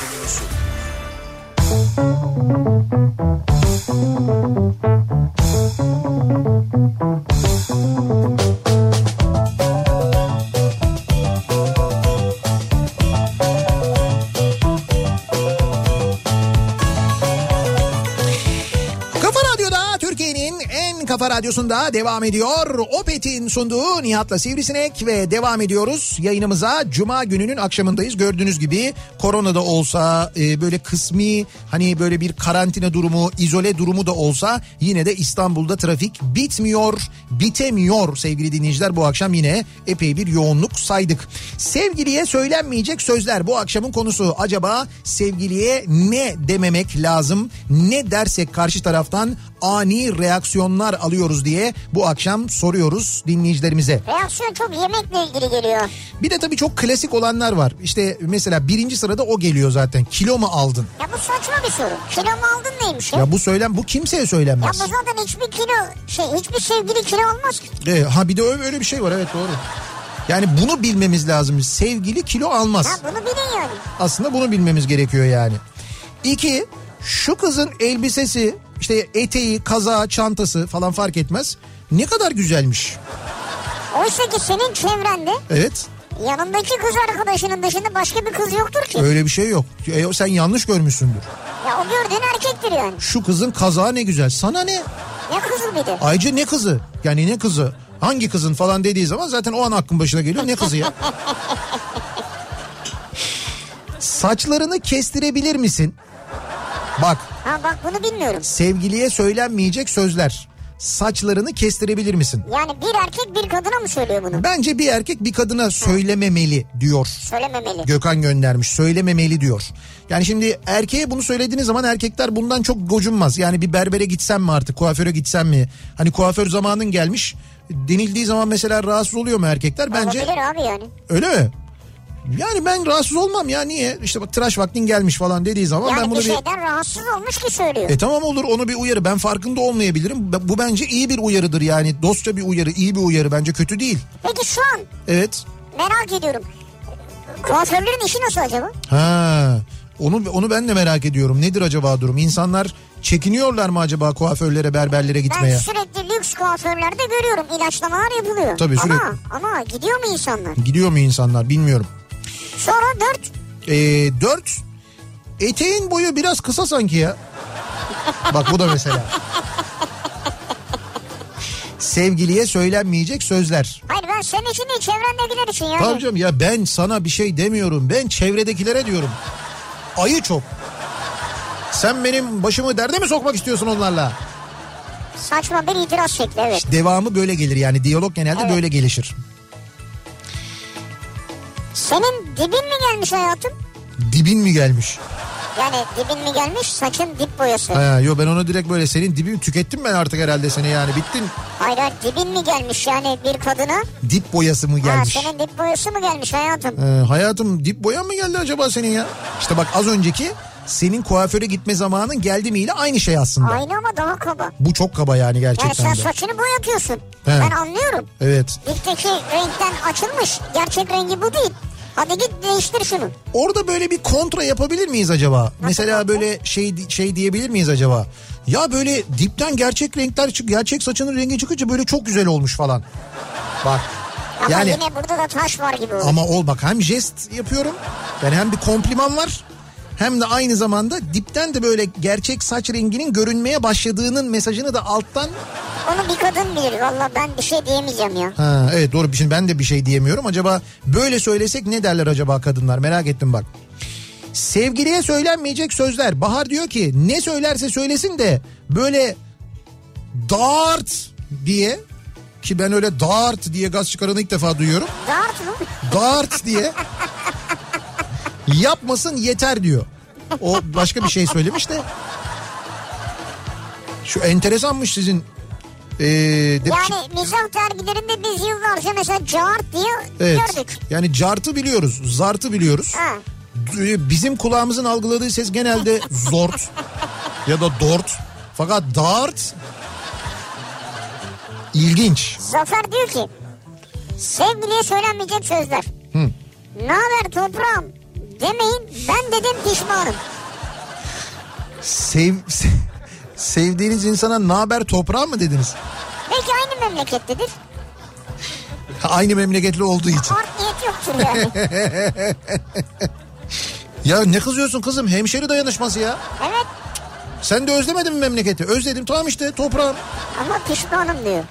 Kafa Radyosu'nda devam ediyor. Opet'in sunduğu Nihat'la Sivrisinek ve devam ediyoruz. Yayınımıza Cuma gününün akşamındayız. Gördüğünüz gibi koronada olsa böyle kısmi hani böyle bir karantina durumu, izole durumu da olsa yine de İstanbul'da trafik bitmiyor, bitemiyor sevgili dinleyiciler. Bu akşam yine epey bir yoğunluk saydık. Sevgiliye söylenmeyecek sözler bu akşamın konusu. Acaba sevgiliye ne dememek lazım? Ne dersek karşı taraftan ani reaksiyonlar alıyoruz diye bu akşam soruyoruz dinleyicilerimize. Reaksiyon çok yemekle ilgili geliyor. Bir de tabii çok klasik olanlar var. İşte mesela birinci sırada o geliyor zaten. Kilo mu aldın? Ya bu saçma bir soru. Kilo mu aldın neymiş ya? Ya bu kimseye söylenmez. Ya bu zaten hiçbir sevgili kilo almaz ki. Ha bir de öyle bir şey var, evet doğru. Yani bunu bilmemiz lazım. Sevgili kilo almaz. Ha bunu bilin yani. Aslında bunu bilmemiz gerekiyor yani. 2. Şu kızın elbisesi, işte eteği, kazağı, çantası falan fark etmez. Ne kadar güzelmiş. Oysa ki senin çevrende evet, yanındaki kız arkadaşının dışında başka bir kız yoktur ki. Öyle bir şey yok. Sen yanlış görmüşsündür. Ya o gördüğün erkektir yani. Şu kızın kazağı ne güzel. Sana ne? Ne kızı bir de? Ayrıca ne kızı? Yani ne kızı? Hangi kızın falan dediği zaman zaten o an aklın başına geliyor. Ne kızı ya? Saçlarını kestirebilir misin? Bak. Ha bak bunu bilmiyorum. Sevgiliye söylenmeyecek sözler. Saçlarını kestirebilir misin? Yani bir erkek bir kadına mı söylüyor bunu? Bence bir erkek bir kadına söylememeli diyor. Söylememeli. Gökhan göndermiş, söylememeli diyor. Yani şimdi erkeğe bunu söylediğiniz zaman erkekler bundan çok gocunmaz. Yani bir berbere gitsem mi artık, kuaföre gitsem mi? Hani kuaför zamanın gelmiş denildiği zaman mesela rahatsız oluyor mu erkekler? Bence. Olabilir abi yani. Öyle mi? Yani ben rahatsız olmam ya, niye? İşte bak tıraş vaktin gelmiş falan dediği zaman yani ben bunu bir şeyden rahatsız olmuş ki söylüyor. Tamam olur, onu bir uyarı, ben farkında olmayabilirim. Bu bence iyi bir uyarıdır yani, dostça bir uyarı, iyi bir uyarı, bence kötü değil. Peki şu an. Evet. Merak ediyorum. Kuaförlerin işi nasıl acaba? Ha, onu ben de merak ediyorum. Nedir acaba durum? İnsanlar çekiniyorlar mı acaba kuaförlere, berberlere gitmeye? Ben sürekli lüks kuaförlerde görüyorum, ilaçlamalar yapılıyor. Tabii sürekli. Ama gidiyor mu insanlar? Gidiyor mu insanlar bilmiyorum. Sonra 4. 4. Eteğin boyu biraz kısa sanki ya. Bak bu da mesela. Sevgiliye söylenmeyecek sözler. Hayır, ben senin için değil, çevrendekiler için yani. Tabii canım ya, ben sana bir şey demiyorum. Ben çevredekilere diyorum. Ayı çok. Sen benim başımı derde mi sokmak istiyorsun onlarla? Saçma bir itiraz şekli, evet. İşte devamı böyle gelir yani, diyalog genelde böyle gelişir. Senin dibin mi gelmiş hayatım? Dibin mi gelmiş? Yani dibin mi gelmiş, saçın dip boyası. Yo ben onu direkt böyle, senin dibin, tükettim ben artık herhalde seni yani, bittin. Hayır dibin mi gelmiş yani bir kadına? Dip boyası mı gelmiş? Senin dip boyası mı gelmiş hayatım? Hayatım dip boyan mı geldi acaba senin ya? İşte bak az önceki senin kuaföre gitme zamanın geldi mi ile aynı şey aslında. Aynı ama daha kaba. Bu çok kaba yani gerçekten. Yani sen de. saçını boyatıyorsun. Ben anlıyorum. Evet. Dipteki renkten açılmış. Gerçek rengi bu değil. Hadi git değiştir şunu. Orada böyle bir kontra yapabilir miyiz acaba? Nasıl mesela kontra? Böyle şey diyebilir miyiz acaba? Ya böyle dipten gerçek renkler gerçek saçının rengi çıkınca böyle çok güzel olmuş falan. Bak. Ama yani, yine burada da taş var gibi olur. Ama bak hem jest yapıyorum. Yani hem bir kompliman var. Hem de aynı zamanda dipten de böyle gerçek saç renginin görünmeye başladığının mesajını da alttan... Onu bir kadın bilir. Valla ben bir şey diyemeyeceğim ya. Evet doğru, şimdi ben de bir şey diyemiyorum. Acaba böyle söylesek ne derler acaba kadınlar, merak ettim bak. Sevgiliye söylenmeyecek sözler. Bahar diyor ki ne söylerse söylesin de böyle dart diye, ki ben öyle dart diye gaz çıkaranı ilk defa duyuyorum. Dart mı? Dart diye yapmasın yeter diyor. O başka bir şey söylemiş de. Şu enteresanmış sizin. Yani mizah dergilerinde biz yıllarca mesela cart diye gördük. Yani cartı biliyoruz, zartı biliyoruz. Ha. Bizim kulağımızın algıladığı ses genelde zort ya da dort. Fakat dart ilginç. Zafer diyor ki sevgiliye söylenmeyecek sözler. Ne haber toprağım demeyin, ben dedim pişmanım. Sevdiğiniz insana ne haber toprağım mı dediniz? Belki aynı memlekettedir. Aynı memleketli olduğu için. Art niyet yoktur yani. Ya ne kızıyorsun kızım, hemşeri dayanışması ya. Evet. Sen de özlemedin mi memleketi? Özledim, tamam işte toprağım. Ama pişmanım diyor.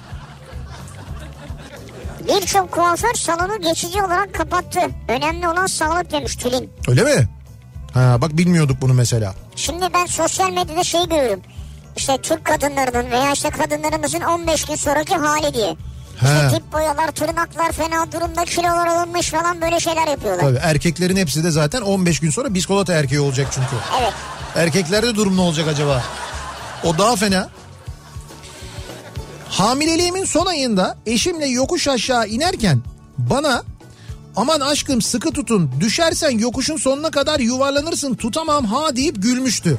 Birçok kuaför salonu geçici olarak kapattı. Önemli olan sağlık demiş Tülin. Öyle mi? Ha bak, bilmiyorduk bunu mesela. Şimdi ben sosyal medyada şey görüyorum. İşte Türk kadınlarının veya işte kadınlarımızın 15 gün sonraki hali diye. İşte tip boyalar, tırnaklar fena durumda, kilolar alınmış falan, böyle şeyler yapıyorlar. Tabii erkeklerin hepsi de zaten 15 gün sonra biskolata erkeği olacak çünkü. Evet. Erkeklerde durum ne olacak acaba? O daha fena. Hamileliğimin son ayında eşimle yokuş aşağı inerken bana "Aman aşkım sıkı tutun, düşersen yokuşun sonuna kadar yuvarlanırsın, tutamam ha" deyip gülmüştü.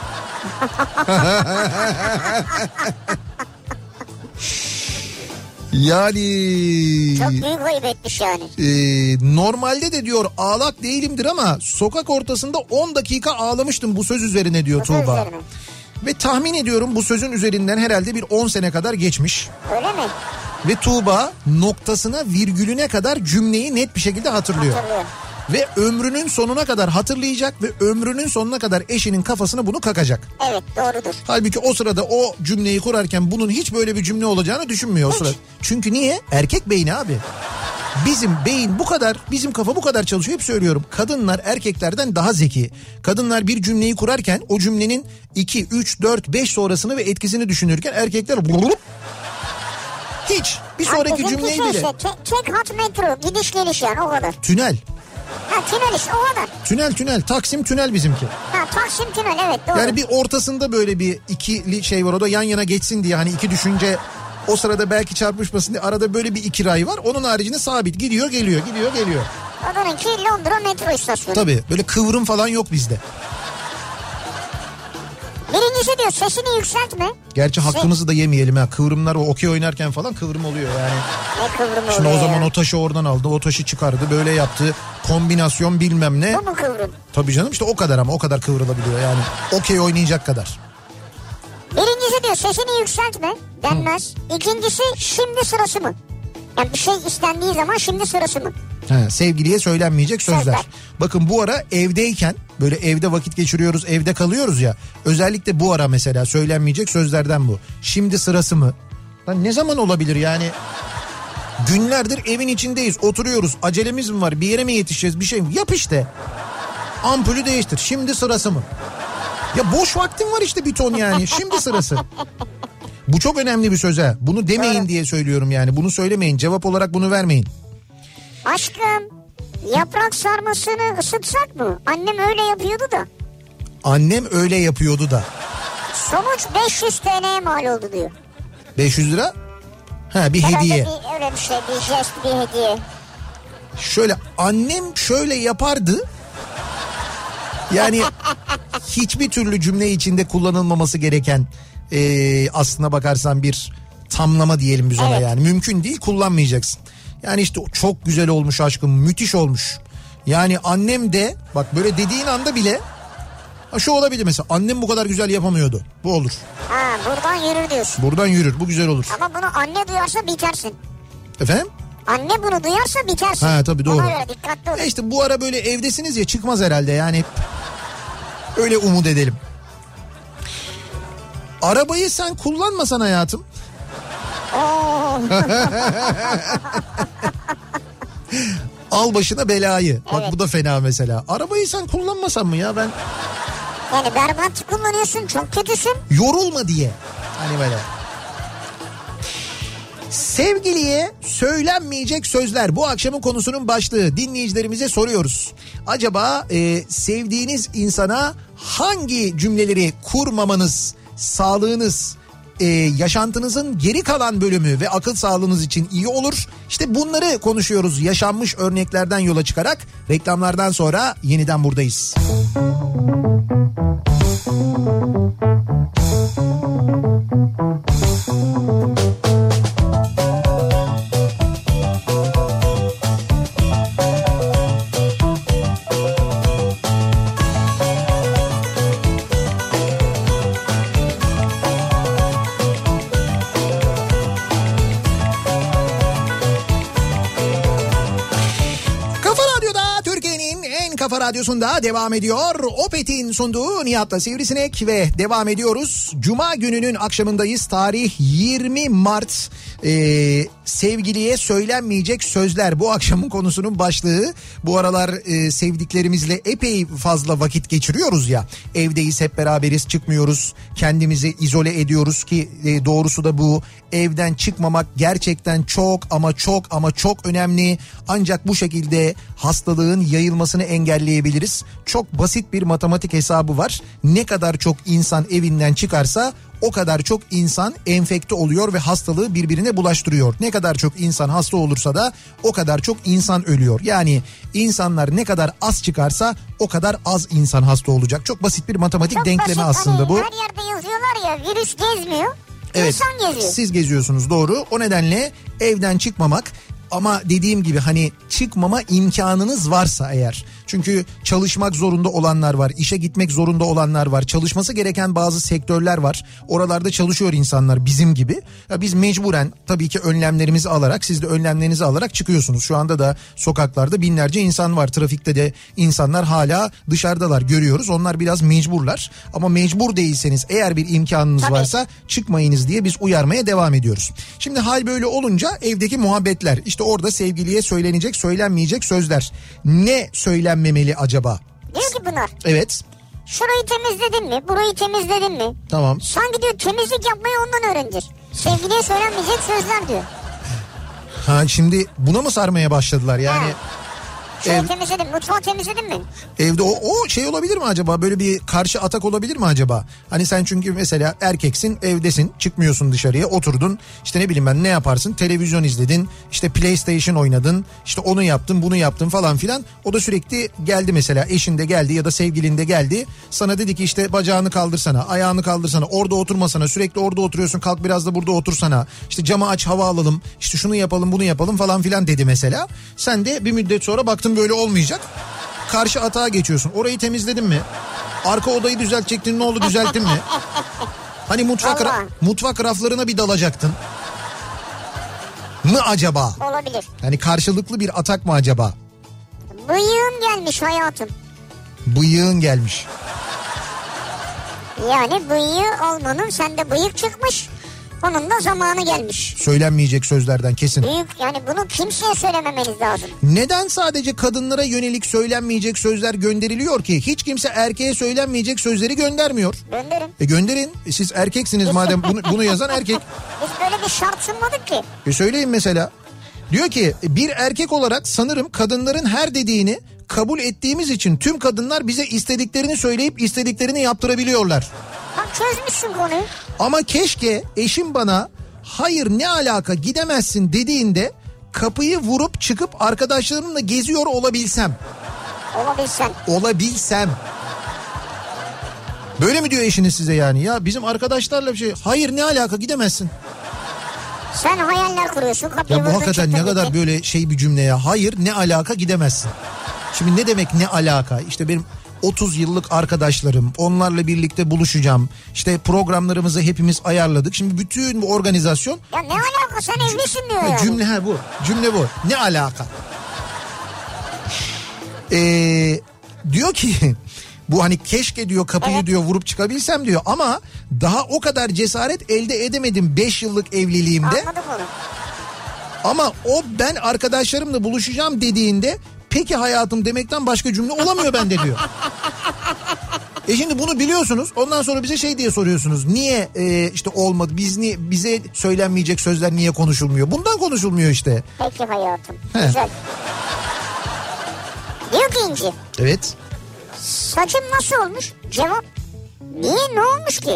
Yani... Çok büyük ayıp etmiş yani. Normalde de diyor ağlak değilimdir ama sokak ortasında 10 dakika ağlamıştım bu söz üzerine diyor Tuğba. Ve tahmin ediyorum bu sözün üzerinden herhalde bir 10 sene kadar geçmiş. Öyle mi? Ve Tuğba noktasına virgülüne kadar cümleyi net bir şekilde hatırlıyor. Ve ömrünün sonuna kadar hatırlayacak ve ömrünün sonuna kadar eşinin kafasına bunu kakacak. Evet, doğrudur. Halbuki o sırada o cümleyi kurarken bunun hiç böyle bir cümle olacağını düşünmüyor o sırada. Çünkü niye? Erkek beyni abi. Bizim beyin bu kadar, bizim kafa bu kadar çalışıyor. Hep söylüyorum, kadınlar erkeklerden daha zeki. Kadınlar bir cümleyi kurarken o cümlenin 2, 3, 4, 5 sonrasını ve etkisini düşünürken erkekler hiç bir sonraki cümleyi bile. Işte, tek hat metro, gidiş geliş yani, o kadar. Tünel. Ha, tünel işte, o kadar. Tünel Taksim tünel bizimki. Ha, Taksim tünel, evet, doğru. Yani bir ortasında böyle bir ikili şey var, o da yan yana geçsin diye, hani iki düşünce o sırada belki çarpışmasın diye arada böyle bir iki ray var. Onun haricinde sabit gidiyor geliyor. Adanınki Londra metro istasyonu. Tabii böyle kıvrım falan yok bizde. Birincisi diyor sesini yükseltme. Gerçi hakkımızı da yemeyelim ha. Kıvrımlar, o okey oynarken falan kıvrım oluyor yani. Ne kıvrım oluyor? Şimdi o zaman o taşı oradan aldı, o taşı çıkardı, böyle yaptı. Kombinasyon bilmem ne. Bu mu kıvrım? Tabii canım, işte o kadar, ama o kadar kıvrılabiliyor yani. Okey oynayacak kadar. Birincisi diyor sesini yükseltme denmez. İkincisi şimdi sırası mı? Yani bir şey istendiği zaman şimdi sırası mı? Sevgiliye söylenmeyecek sözler. Bakın bu ara evdeyken, böyle evde vakit geçiriyoruz, evde kalıyoruz ya. Özellikle bu ara mesela söylenmeyecek sözlerden bu. Şimdi sırası mı? Lan ne zaman olabilir yani? Günlerdir evin içindeyiz, oturuyoruz. Acelemiz mi var? Bir yere mi yetişeceğiz? Bir şey mi? Yap işte. Ampulü değiştir. Şimdi sırası mı? Ya boş vaktin var işte bir ton yani. Şimdi sırası. Bu çok önemli bir söz ha. Bunu demeyin diye söylüyorum yani. Bunu söylemeyin. Cevap olarak bunu vermeyin. Aşkım, yaprak sarmasını ısıtsak mı? Annem öyle yapıyordu da. Annem öyle yapıyordu da. Sonuç 500 TL'ye mal oldu diyor. 500 lira? Ha, bir herhalde hediye. Öyle bir şey, bir jest, bir hediye. Şöyle, annem şöyle yapardı. Yani hiçbir türlü cümle içinde kullanılmaması gereken aslına bakarsan bir tamlama diyelim biz ona, yani. Mümkün değil, kullanmayacaksın. Yani işte çok güzel olmuş aşkım, müthiş olmuş. Yani annem de bak böyle dediğin anda bile şu olabilir mesela, annem bu kadar güzel yapamıyordu. Bu olur. Ha, buradan yürür diyorsun. Buradan yürür, bu güzel olur. Ama bunu anne duyarsa bitersin. Efendim? Anne bunu duyarsa bitersin. Ha tabii, doğru. Ona göre dikkatli olun. İşte bu ara böyle evdesiniz ya, çıkmaz herhalde yani. Öyle umut edelim. Arabayı sen kullanmasan hayatım. Al başına belayı. Evet. Bak bu da fena mesela. Arabayı sen kullanmasan mı ya ben? Yani berbat kullanıyorsun, çok kötüsün. Yorulma diye. Hani böyle. Sevgiliye söylenmeyecek sözler bu akşamın konusunun başlığı. Dinleyicilerimize soruyoruz. Acaba sevdiğiniz insana hangi cümleleri kurmamanız, sağlığınız, yaşantınızın geri kalan bölümü ve akıl sağlığınız için iyi olur? İşte bunları konuşuyoruz yaşanmış örneklerden yola çıkarak. Reklamlardan sonra yeniden buradayız. Kafa Radyosu'nda devam ediyor. Opet'in sunduğu Nihat'la Sivrisinek ve devam ediyoruz. Cuma gününün akşamındayız. Tarih 20 Mart. Sevgiliye söylenmeyecek sözler bu akşamın konusunun başlığı. Bu aralar sevdiklerimizle epey fazla vakit geçiriyoruz ya. Evdeyiz, hep beraberiz, çıkmıyoruz. Kendimizi izole ediyoruz ki doğrusu da bu. Evden çıkmamak gerçekten çok ama çok önemli. Ancak bu şekilde hastalığın yayılmasını engelleyebiliriz. Çok basit bir matematik hesabı var. Ne kadar çok insan evinden çıkarsa o kadar çok insan enfekte oluyor ve hastalığı birbirine bulaştırıyor. Ne kadar çok insan hasta olursa da o kadar çok insan ölüyor. Yani insanlar ne kadar az çıkarsa o kadar az insan hasta olacak. Çok basit bir matematik çok denklemi basit, aslında bu. Her yerde yazıyorlar ya, virüs gezmiyor. Evet, İnsan geziyor. siz geziyorsunuz, doğru. O nedenle evden çıkmamak, ama dediğim gibi hani çıkmama imkanınız varsa eğer. Çünkü çalışmak zorunda olanlar var, işe gitmek zorunda olanlar var, çalışması gereken bazı sektörler var. Oralarda çalışıyor insanlar bizim gibi. Ya biz mecburen tabii ki önlemlerimizi alarak, siz de önlemlerinizi alarak çıkıyorsunuz. Şu anda da sokaklarda binlerce insan var. Trafikte de insanlar hala dışarıdalar, görüyoruz. Onlar biraz mecburlar. Ama mecbur değilseniz, eğer bir imkanınız varsa çıkmayınız diye biz uyarmaya devam ediyoruz. Şimdi hal böyle olunca evdeki muhabbetler, işte orada sevgiliye söylenecek, söylenmeyecek sözler. Ne söylenmemeli acaba? Diyor ki bunlar. Evet. Şurayı temizledin mi? Burayı temizledin mi? Tamam. Sanki diyor temizlik yapmayı ondan öğrenir. Sevgiliye söylenmeyecek sözler diyor. Ha, şimdi buna mı sarmaya başladılar yani? Şurayı temizledin, mutfağı temizledin mi? Evde o şey olabilir mi acaba? Böyle bir karşı atak olabilir mi acaba? Hani sen çünkü mesela erkeksin, evdesin, çıkmıyorsun dışarıya, oturdun. İşte ne bileyim ben, ne yaparsın? Televizyon izledin, işte PlayStation oynadın, işte onu yaptın, bunu yaptın falan filan. O da sürekli geldi mesela, eşin de geldi ya da sevgilin de geldi. Sana dedi ki işte bacağını kaldırsana, ayağını kaldırsana, orada oturmasana, sürekli orada oturuyorsun, kalk biraz da burada otursana. İşte camı aç, hava alalım, işte şunu yapalım, bunu yapalım falan filan dedi mesela. Sen de bir müddet sonra baktın böyle olmayacak. Karşı atağa geçiyorsun. Orayı temizledin mi? Arka odayı düzeltecektin, ne oldu, düzelttin mi? Hani mutfak raflarına bir dalacaktın. Mı acaba? Olabilir. Yani karşılıklı bir atak mı acaba? Bıyığın gelmiş hayatım. Bıyığın gelmiş. Yani bıyığı almanın, sende bıyık çıkmış. Onun da zamanı gelmiş. Söylenmeyecek sözlerden kesin. Büyük, yani bunu kimseye söylememeniz lazım. Neden sadece kadınlara yönelik söylenmeyecek sözler gönderiliyor ki? Hiç kimse erkeğe söylenmeyecek sözleri göndermiyor. Gönderin. Gönderin. Siz erkeksiniz madem, bunu yazan erkek. Biz böyle bir şart sunmadık ki. Söyleyin mesela. Diyor ki bir erkek olarak sanırım kadınların her dediğini kabul ettiğimiz için tüm kadınlar bize istediklerini söyleyip istediklerini yaptırabiliyorlar. Bak çözmüşsün konuyu. Ama keşke eşim bana hayır ne alaka gidemezsin dediğinde kapıyı vurup çıkıp arkadaşlarımla geziyor olabilsem. Olabilsem. Böyle mi diyor eşiniz size yani? Ya bizim arkadaşlarla bir şey, hayır ne alaka gidemezsin. Sen hayaller kuruyorsun, kapıyı ya bu hakikaten ne kadar böyle şey bir cümle ya. Hayır ne alaka gidemezsin. Şimdi ne demek ne alaka? İşte benim 30 yıllık arkadaşlarım, onlarla birlikte buluşacağım. İşte programlarımızı hepimiz ayarladık. Şimdi bütün bu organizasyon... Ya ne alaka, sen evlisin diyor yani. Cümle bu. Ne alaka? Diyor ki bu hani keşke diyor kapıyı diyor vurup çıkabilsem diyor. Ama daha o kadar cesaret elde edemedim 5 yıllık evliliğimde. Anladım onu. Ama o ben arkadaşlarımla buluşacağım dediğinde... Peki hayatım demekten başka cümle olamıyor bende diyor. Şimdi bunu biliyorsunuz. Ondan sonra bize şey diye soruyorsunuz. Niye işte olmadı? Bize söylenmeyecek sözler niye konuşulmuyor? Bundan konuşulmuyor işte. Peki hayatım. Güzel. Diyor ki İnci. Evet. Saçım nasıl olmuş? Cevap. Niye, ne olmuş ki?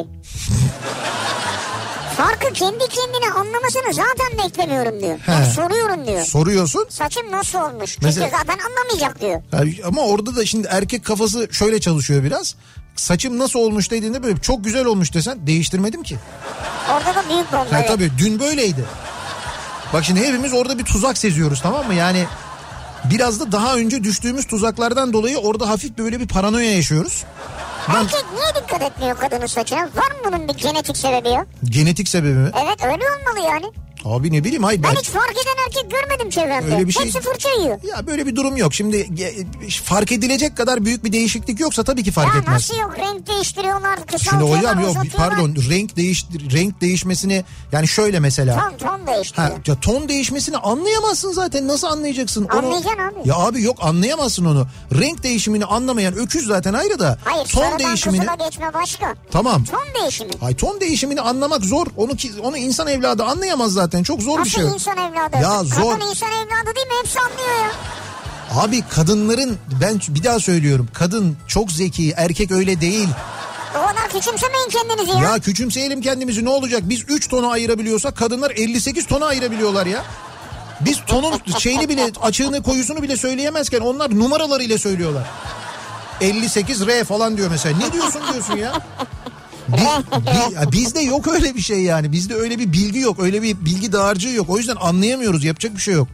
Farkı kendi kendine anlamasını zaten beklemiyorum diyor. Ben soruyorum diyor. Soruyorsun. Saçım nasıl olmuş? Çünkü zaten anlamayacak diyor. Ama orada da şimdi erkek kafası şöyle çalışıyor biraz. Saçım nasıl olmuş dediğinde böyle çok güzel olmuş desen değiştirmedim ki. Orada da büyük bomba. Tabii dün böyleydi. Bak şimdi hepimiz orada bir tuzak seziyoruz, tamam mı? Yani biraz da daha önce düştüğümüz tuzaklardan dolayı orada hafif böyle bir paranoya yaşıyoruz. Erkek niye dikkat etmiyor kadının saçına? Var mı bunun bir genetik sebebi ya? Genetik sebebi mi? Evet, öyle olmalı yani. Abi ne bileyim hayır. Ben hiç fark eden erkek görmedim çevremde. Öyle bir şey... Hepsi fırça yiyor. Ya böyle bir durum yok. Şimdi fark edilecek kadar büyük bir değişiklik yoksa tabii ki fark etmez. Ya nasıl yok? Renk değiştiriyorlar, Şimdi kısaltıyorlar, hocam yok uzatıyorlar. pardon renk değişmesini yani şöyle mesela. Ton değiştiriyor. Ya ton değişmesini anlayamazsın zaten. Nasıl anlayacaksın? Anlayacaksın abi. Ya abi yok anlayamazsın onu. Renk değişimini anlamayan öküz zaten ayrı da. Hayır ton değişimini. kızıla geçme başka. Tamam. Ton değişimi. Hayır ton değişimini anlamak zor. Onu insan evladı anlayamaz zaten. Çok zor bir şey. Nasıl insan evladı? Ya zor. Kadın insan evladı değil mi? Hepsi anlıyor ya. Abi kadınların ben bir daha söylüyorum. Kadın çok zeki, erkek öyle değil. O kadar küçümsemeyin kendinizi ya. Ya küçümseyelim kendimizi ne olacak? Biz 3 tona ayırabiliyorsak kadınlar 58 tona ayırabiliyorlar ya. Biz tonun şeyini bile açığını koyusunu bile söyleyemezken onlar numaralarıyla söylüyorlar. 58 R falan diyor mesela. Ne diyorsun ya? Bizde yok öyle bir şey yani. Bizde öyle bir bilgi yok. Öyle bir bilgi dağarcığı yok. O yüzden anlayamıyoruz. Yapacak bir şey yok.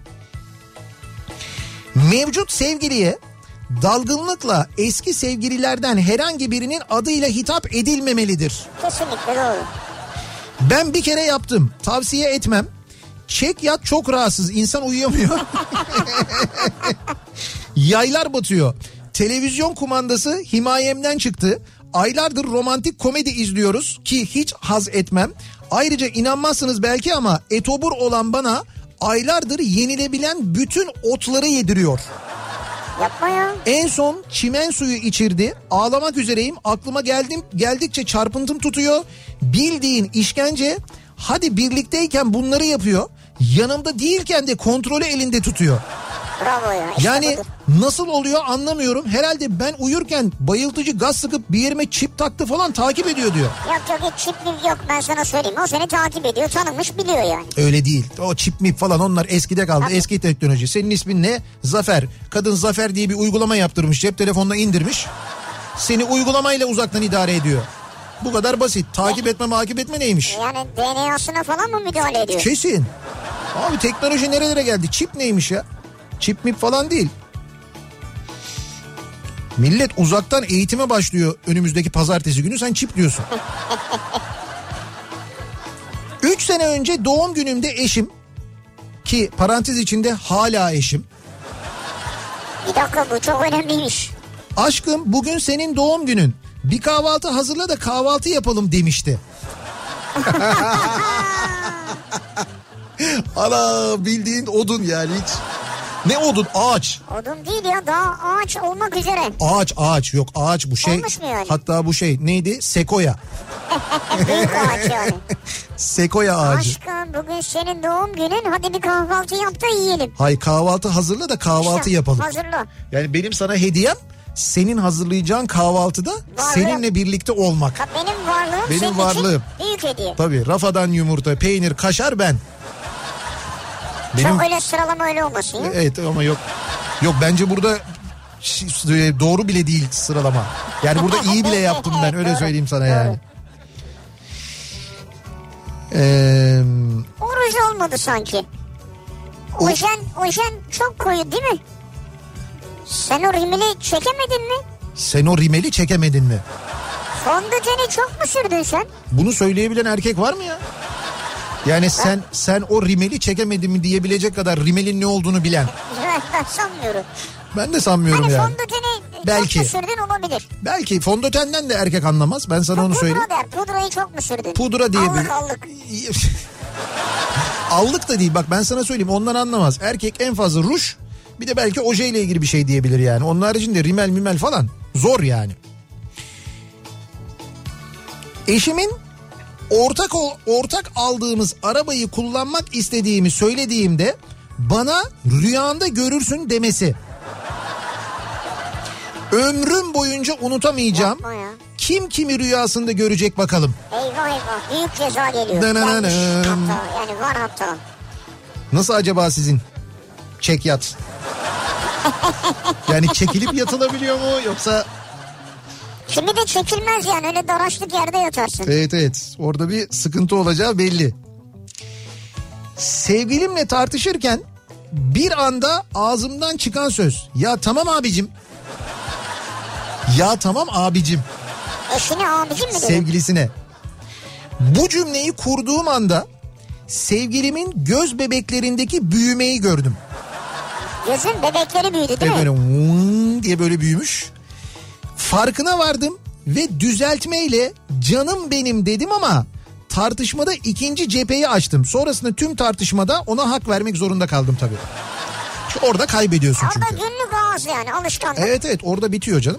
Mevcut sevgiliye dalgınlıkla eski sevgililerden herhangi birinin adıyla hitap edilmemelidir. Kesinlikle doğru. Ben bir kere yaptım. Tavsiye etmem. Çek yat çok rahatsız. İnsan uyuyamıyor. Yaylar batıyor. Televizyon kumandası himayemden çıktı. Aylardır romantik komedi izliyoruz ki hiç haz etmem. Ayrıca inanmazsınız belki ama etobur olan bana aylardır yenilebilen bütün otları yediriyor. Yapma ya. En son çimen suyu içirdi. Ağlamak üzereyim. Aklıma geldikçe çarpıntım tutuyor. Bildiğin işkence. Hadi birlikteyken bunları yapıyor. Yanımda değilken de kontrolü elinde tutuyor. Bravo ya. İşte yani budur. nasıl oluyor anlamıyorum. Herhalde ben uyurken bayıltıcı gaz sıkıp bir yerime çip taktı falan takip ediyor diyor. Yok hiç çip yok ben sana söyleyeyim. O seni takip ediyor, tanımış, biliyor yani. Öyle değil. O çip mip falan onlar eskide kaldı. Tabii. Eski teknoloji. Senin ismin ne? Zafer. Kadın Zafer diye bir uygulama yaptırmış. Cep telefonuna indirmiş. Seni uygulamayla uzaktan idare ediyor. Bu kadar basit. Takip etme neymiş? Yani DNA'sına falan mı müdahale ediyor? Kesin. Abi teknoloji nerelere geldi? Çip neymiş ya? Çip mip falan değil. Millet uzaktan eğitime başlıyor önümüzdeki pazartesi günü, sen çip diyorsun. 3 sene önce doğum günümde eşim, ki parantez içinde hala eşim. Bir dakika, bu çok önemliymiş. Aşkım bugün senin doğum günün. Bir kahvaltı hazırla da kahvaltı yapalım demişti. Ana bildiğin odun yani hiç. Ne odun? Ağaç. Odun değil ya, daha ağaç olmak üzere. Ağaç yok, ağaç bu şey. Olmuş mu yani? Hatta bu şey neydi? Sekoya. Büyük ağaç yani. Sekoya ağacı. Aşkım bugün senin doğum günün, hadi bir kahvaltı yap da yiyelim. Hayır, kahvaltı hazırla da kahvaltı İşte, yapalım. Hazırla. Yani benim sana hediyem senin hazırlayacağın kahvaltıda seninle birlikte olmak. Benim varlığım benim senin varlığım. için büyük hediye. Tabii, rafadan yumurta, peynir, kaşar ben. Çok öyle sıralama öyle olmasın ya. Evet ama yok bence burada doğru bile değil sıralama. Yani burada iyi bile yaptım ben, öyle söyleyeyim sana yani. Oruç olmadı sanki. Ojen çok koyu değil mi? Sen o rimeli çekemedin mi? Sen o rimeli çekemedin mi? Fondöteni çok mu sürdün sen? Bunu söyleyebilen erkek var mı ya? Yani sen o rimeli çekemedin mi diyebilecek kadar rimelin ne olduğunu bilen. Ben sanmıyorum. Ben de sanmıyorum hani yani. Fondöteni belki. çok mu sürdün olabilir. Belki fondötenden de erkek anlamaz. Ben sana onu söyleyeyim. Pudra der. Pudrayı çok mu sürdün? Pudra diye Allık. Allık da değil, bak ben sana söyleyeyim, ondan anlamaz. Erkek en fazla ruj, bir de belki oje ile ilgili bir şey diyebilir yani. Onun haricinde rimel mimel falan zor yani. Eşimin ortak aldığımız arabayı kullanmak istediğimi söylediğimde bana rüyanda görürsün demesi. Ömrüm boyunca unutamayacağım. Kim kimi rüyasında görecek bakalım. Eyvah büyük ceza geliyor. Yani var hatta. Nasıl acaba sizin çek yat? Yani çekilip yatılabiliyor mu yoksa? Şimdi de çekilmez yani, öyle daraşlık yerde yatarsın. Evet orada bir sıkıntı olacağı belli. Sevgilimle tartışırken bir anda ağzımdan çıkan söz. Ya tamam abicim. Ya tamam abicim. Eşine abicim mi dedin? Sevgilisine. Bu cümleyi kurduğum anda sevgilimin göz bebeklerindeki büyümeyi gördüm. Gözün bebekleri büyüdü değil mi? Böyle vın diye böyle büyümüş. Farkına vardım ve düzeltmeyle canım benim dedim ama tartışmada ikinci cepheyi açtım. Sonrasında tüm tartışmada ona hak vermek zorunda kaldım tabii. Orada kaybediyorsun çünkü. Orada günlük ağız yani, alışkanlık. Evet orada bitiyor canım.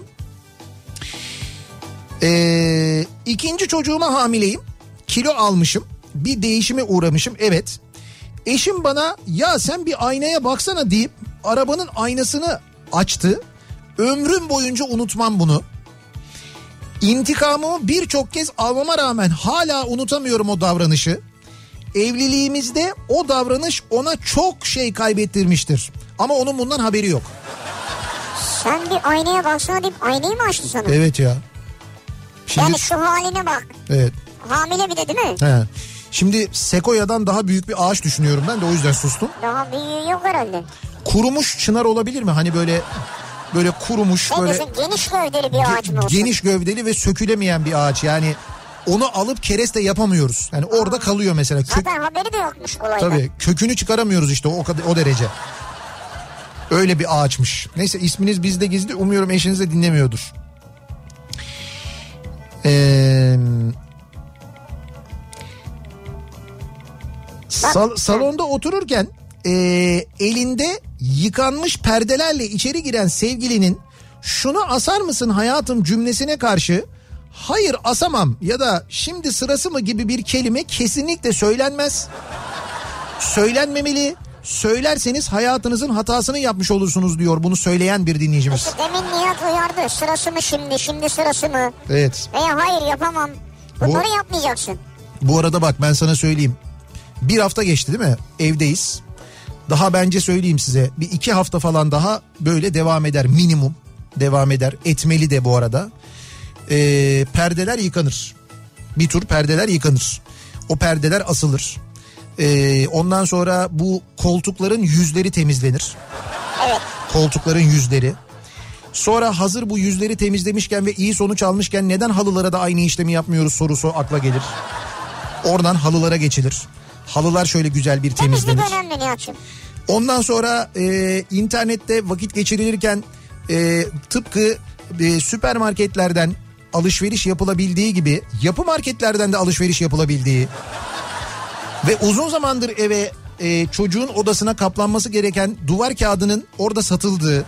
İkinci çocuğuma hamileyim. Kilo almışım. Bir değişime uğramışım. Evet. Eşim bana ya sen bir aynaya baksana deyip arabanın aynasını açtı. Ömrüm boyunca unutmam bunu. İntikamımı birçok kez almama rağmen hala unutamıyorum o davranışı. Evliliğimizde o davranış ona çok şey kaybettirmiştir. Ama onun bundan haberi yok. Sen bir aynaya baksana deyip aynayı mı açtı sana? Evet ya. Şimdi... Yani şu haline bak. Evet. Hamile bir de değil mi? He. Şimdi sekoyadan daha büyük bir ağaç düşünüyorum ben de o yüzden sustum. Daha büyüğü yok herhalde. Kurumuş çınar olabilir mi? Hani böyle kurumuş. Ne böyle diyorsun, geniş gövdeli bir ağaç mı olsun? Geniş gövdeli ve sökülemeyen bir ağaç yani. Onu alıp kereste yapamıyoruz. Yani orada kalıyor mesela. Zaten haberi de yokmuş olayda. Tabii kökünü çıkaramıyoruz işte o derece. Öyle bir ağaçmış. Neyse isminiz bizde gizli. Umuyorum eşiniz de dinlemiyordur. Salonda otururken elinde yıkanmış perdelerle içeri giren sevgilinin şunu asar mısın hayatım cümlesine karşı hayır asamam ya da şimdi sırası mı gibi bir kelime kesinlikle söylenmez. Söylenmemeli. Söylerseniz hayatınızın hatasını yapmış olursunuz diyor bunu söyleyen bir dinleyicimiz. İşte demin Nihat uyardı. Sırası mı şimdi sırası mı? Evet. Veya hayır yapamam. Bunları yapmayacaksın. Bu arada bak ben sana söyleyeyim. Bir hafta geçti değil mi? Evdeyiz. Daha bence söyleyeyim size. Bir 2 hafta falan daha böyle devam eder. Minimum devam eder. Etmeli de bu arada. Perdeler yıkanır. Bir tur perdeler yıkanır. O perdeler asılır. Ondan sonra bu koltukların yüzleri temizlenir. Evet. Koltukların yüzleri. Sonra hazır bu yüzleri temizlemişken ve iyi sonuç almışken neden halılara da aynı işlemi yapmıyoruz sorusu akla gelir. Oradan halılara geçilir. Halılar şöyle güzel bir temizlenir. Temizlik önemli Nihat'cığım. Ondan sonra internette vakit geçirilirken tıpkı süpermarketlerden alışveriş yapılabildiği gibi yapı marketlerden de alışveriş yapılabildiği ve uzun zamandır eve çocuğun odasına kaplanması gereken duvar kağıdının orada satıldığı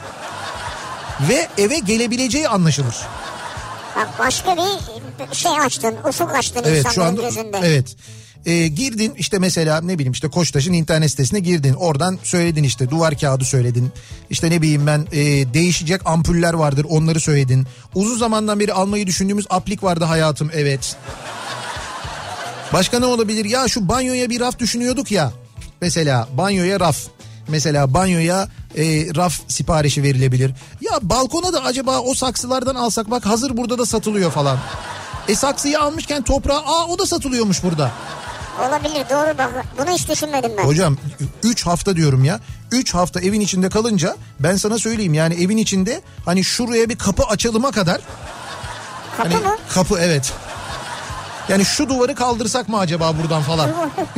ve eve gelebileceği anlaşılır. Bak başka bir şey açtın, ufuk açtın evet, insanların şu anda, gözünde. Evet. Girdin işte mesela ne bileyim işte Koçtaş'ın internet sitesine girdin. Oradan söyledin işte duvar kağıdı söyledin. İşte ne bileyim ben değişecek ampuller vardır onları söyledin. Uzun zamandan beri almayı düşündüğümüz aplik vardı hayatım evet. Başka ne olabilir? Ya şu banyoya bir raf düşünüyorduk ya. Mesela banyoya raf. Mesela banyoya raf siparişi verilebilir. Ya balkona da acaba o saksılardan alsak bak hazır burada da satılıyor falan. Saksıyı almışken toprağa o da satılıyormuş burada. Olabilir doğru bak bunu hiç düşünmedim ben. Hocam 3 hafta diyorum ya 3 hafta evin içinde kalınca ben sana söyleyeyim yani evin içinde hani şuraya bir kapı açılıma kadar. Kapı hani, mı? Kapı evet. Yani şu duvarı kaldırsak mı acaba buradan falan.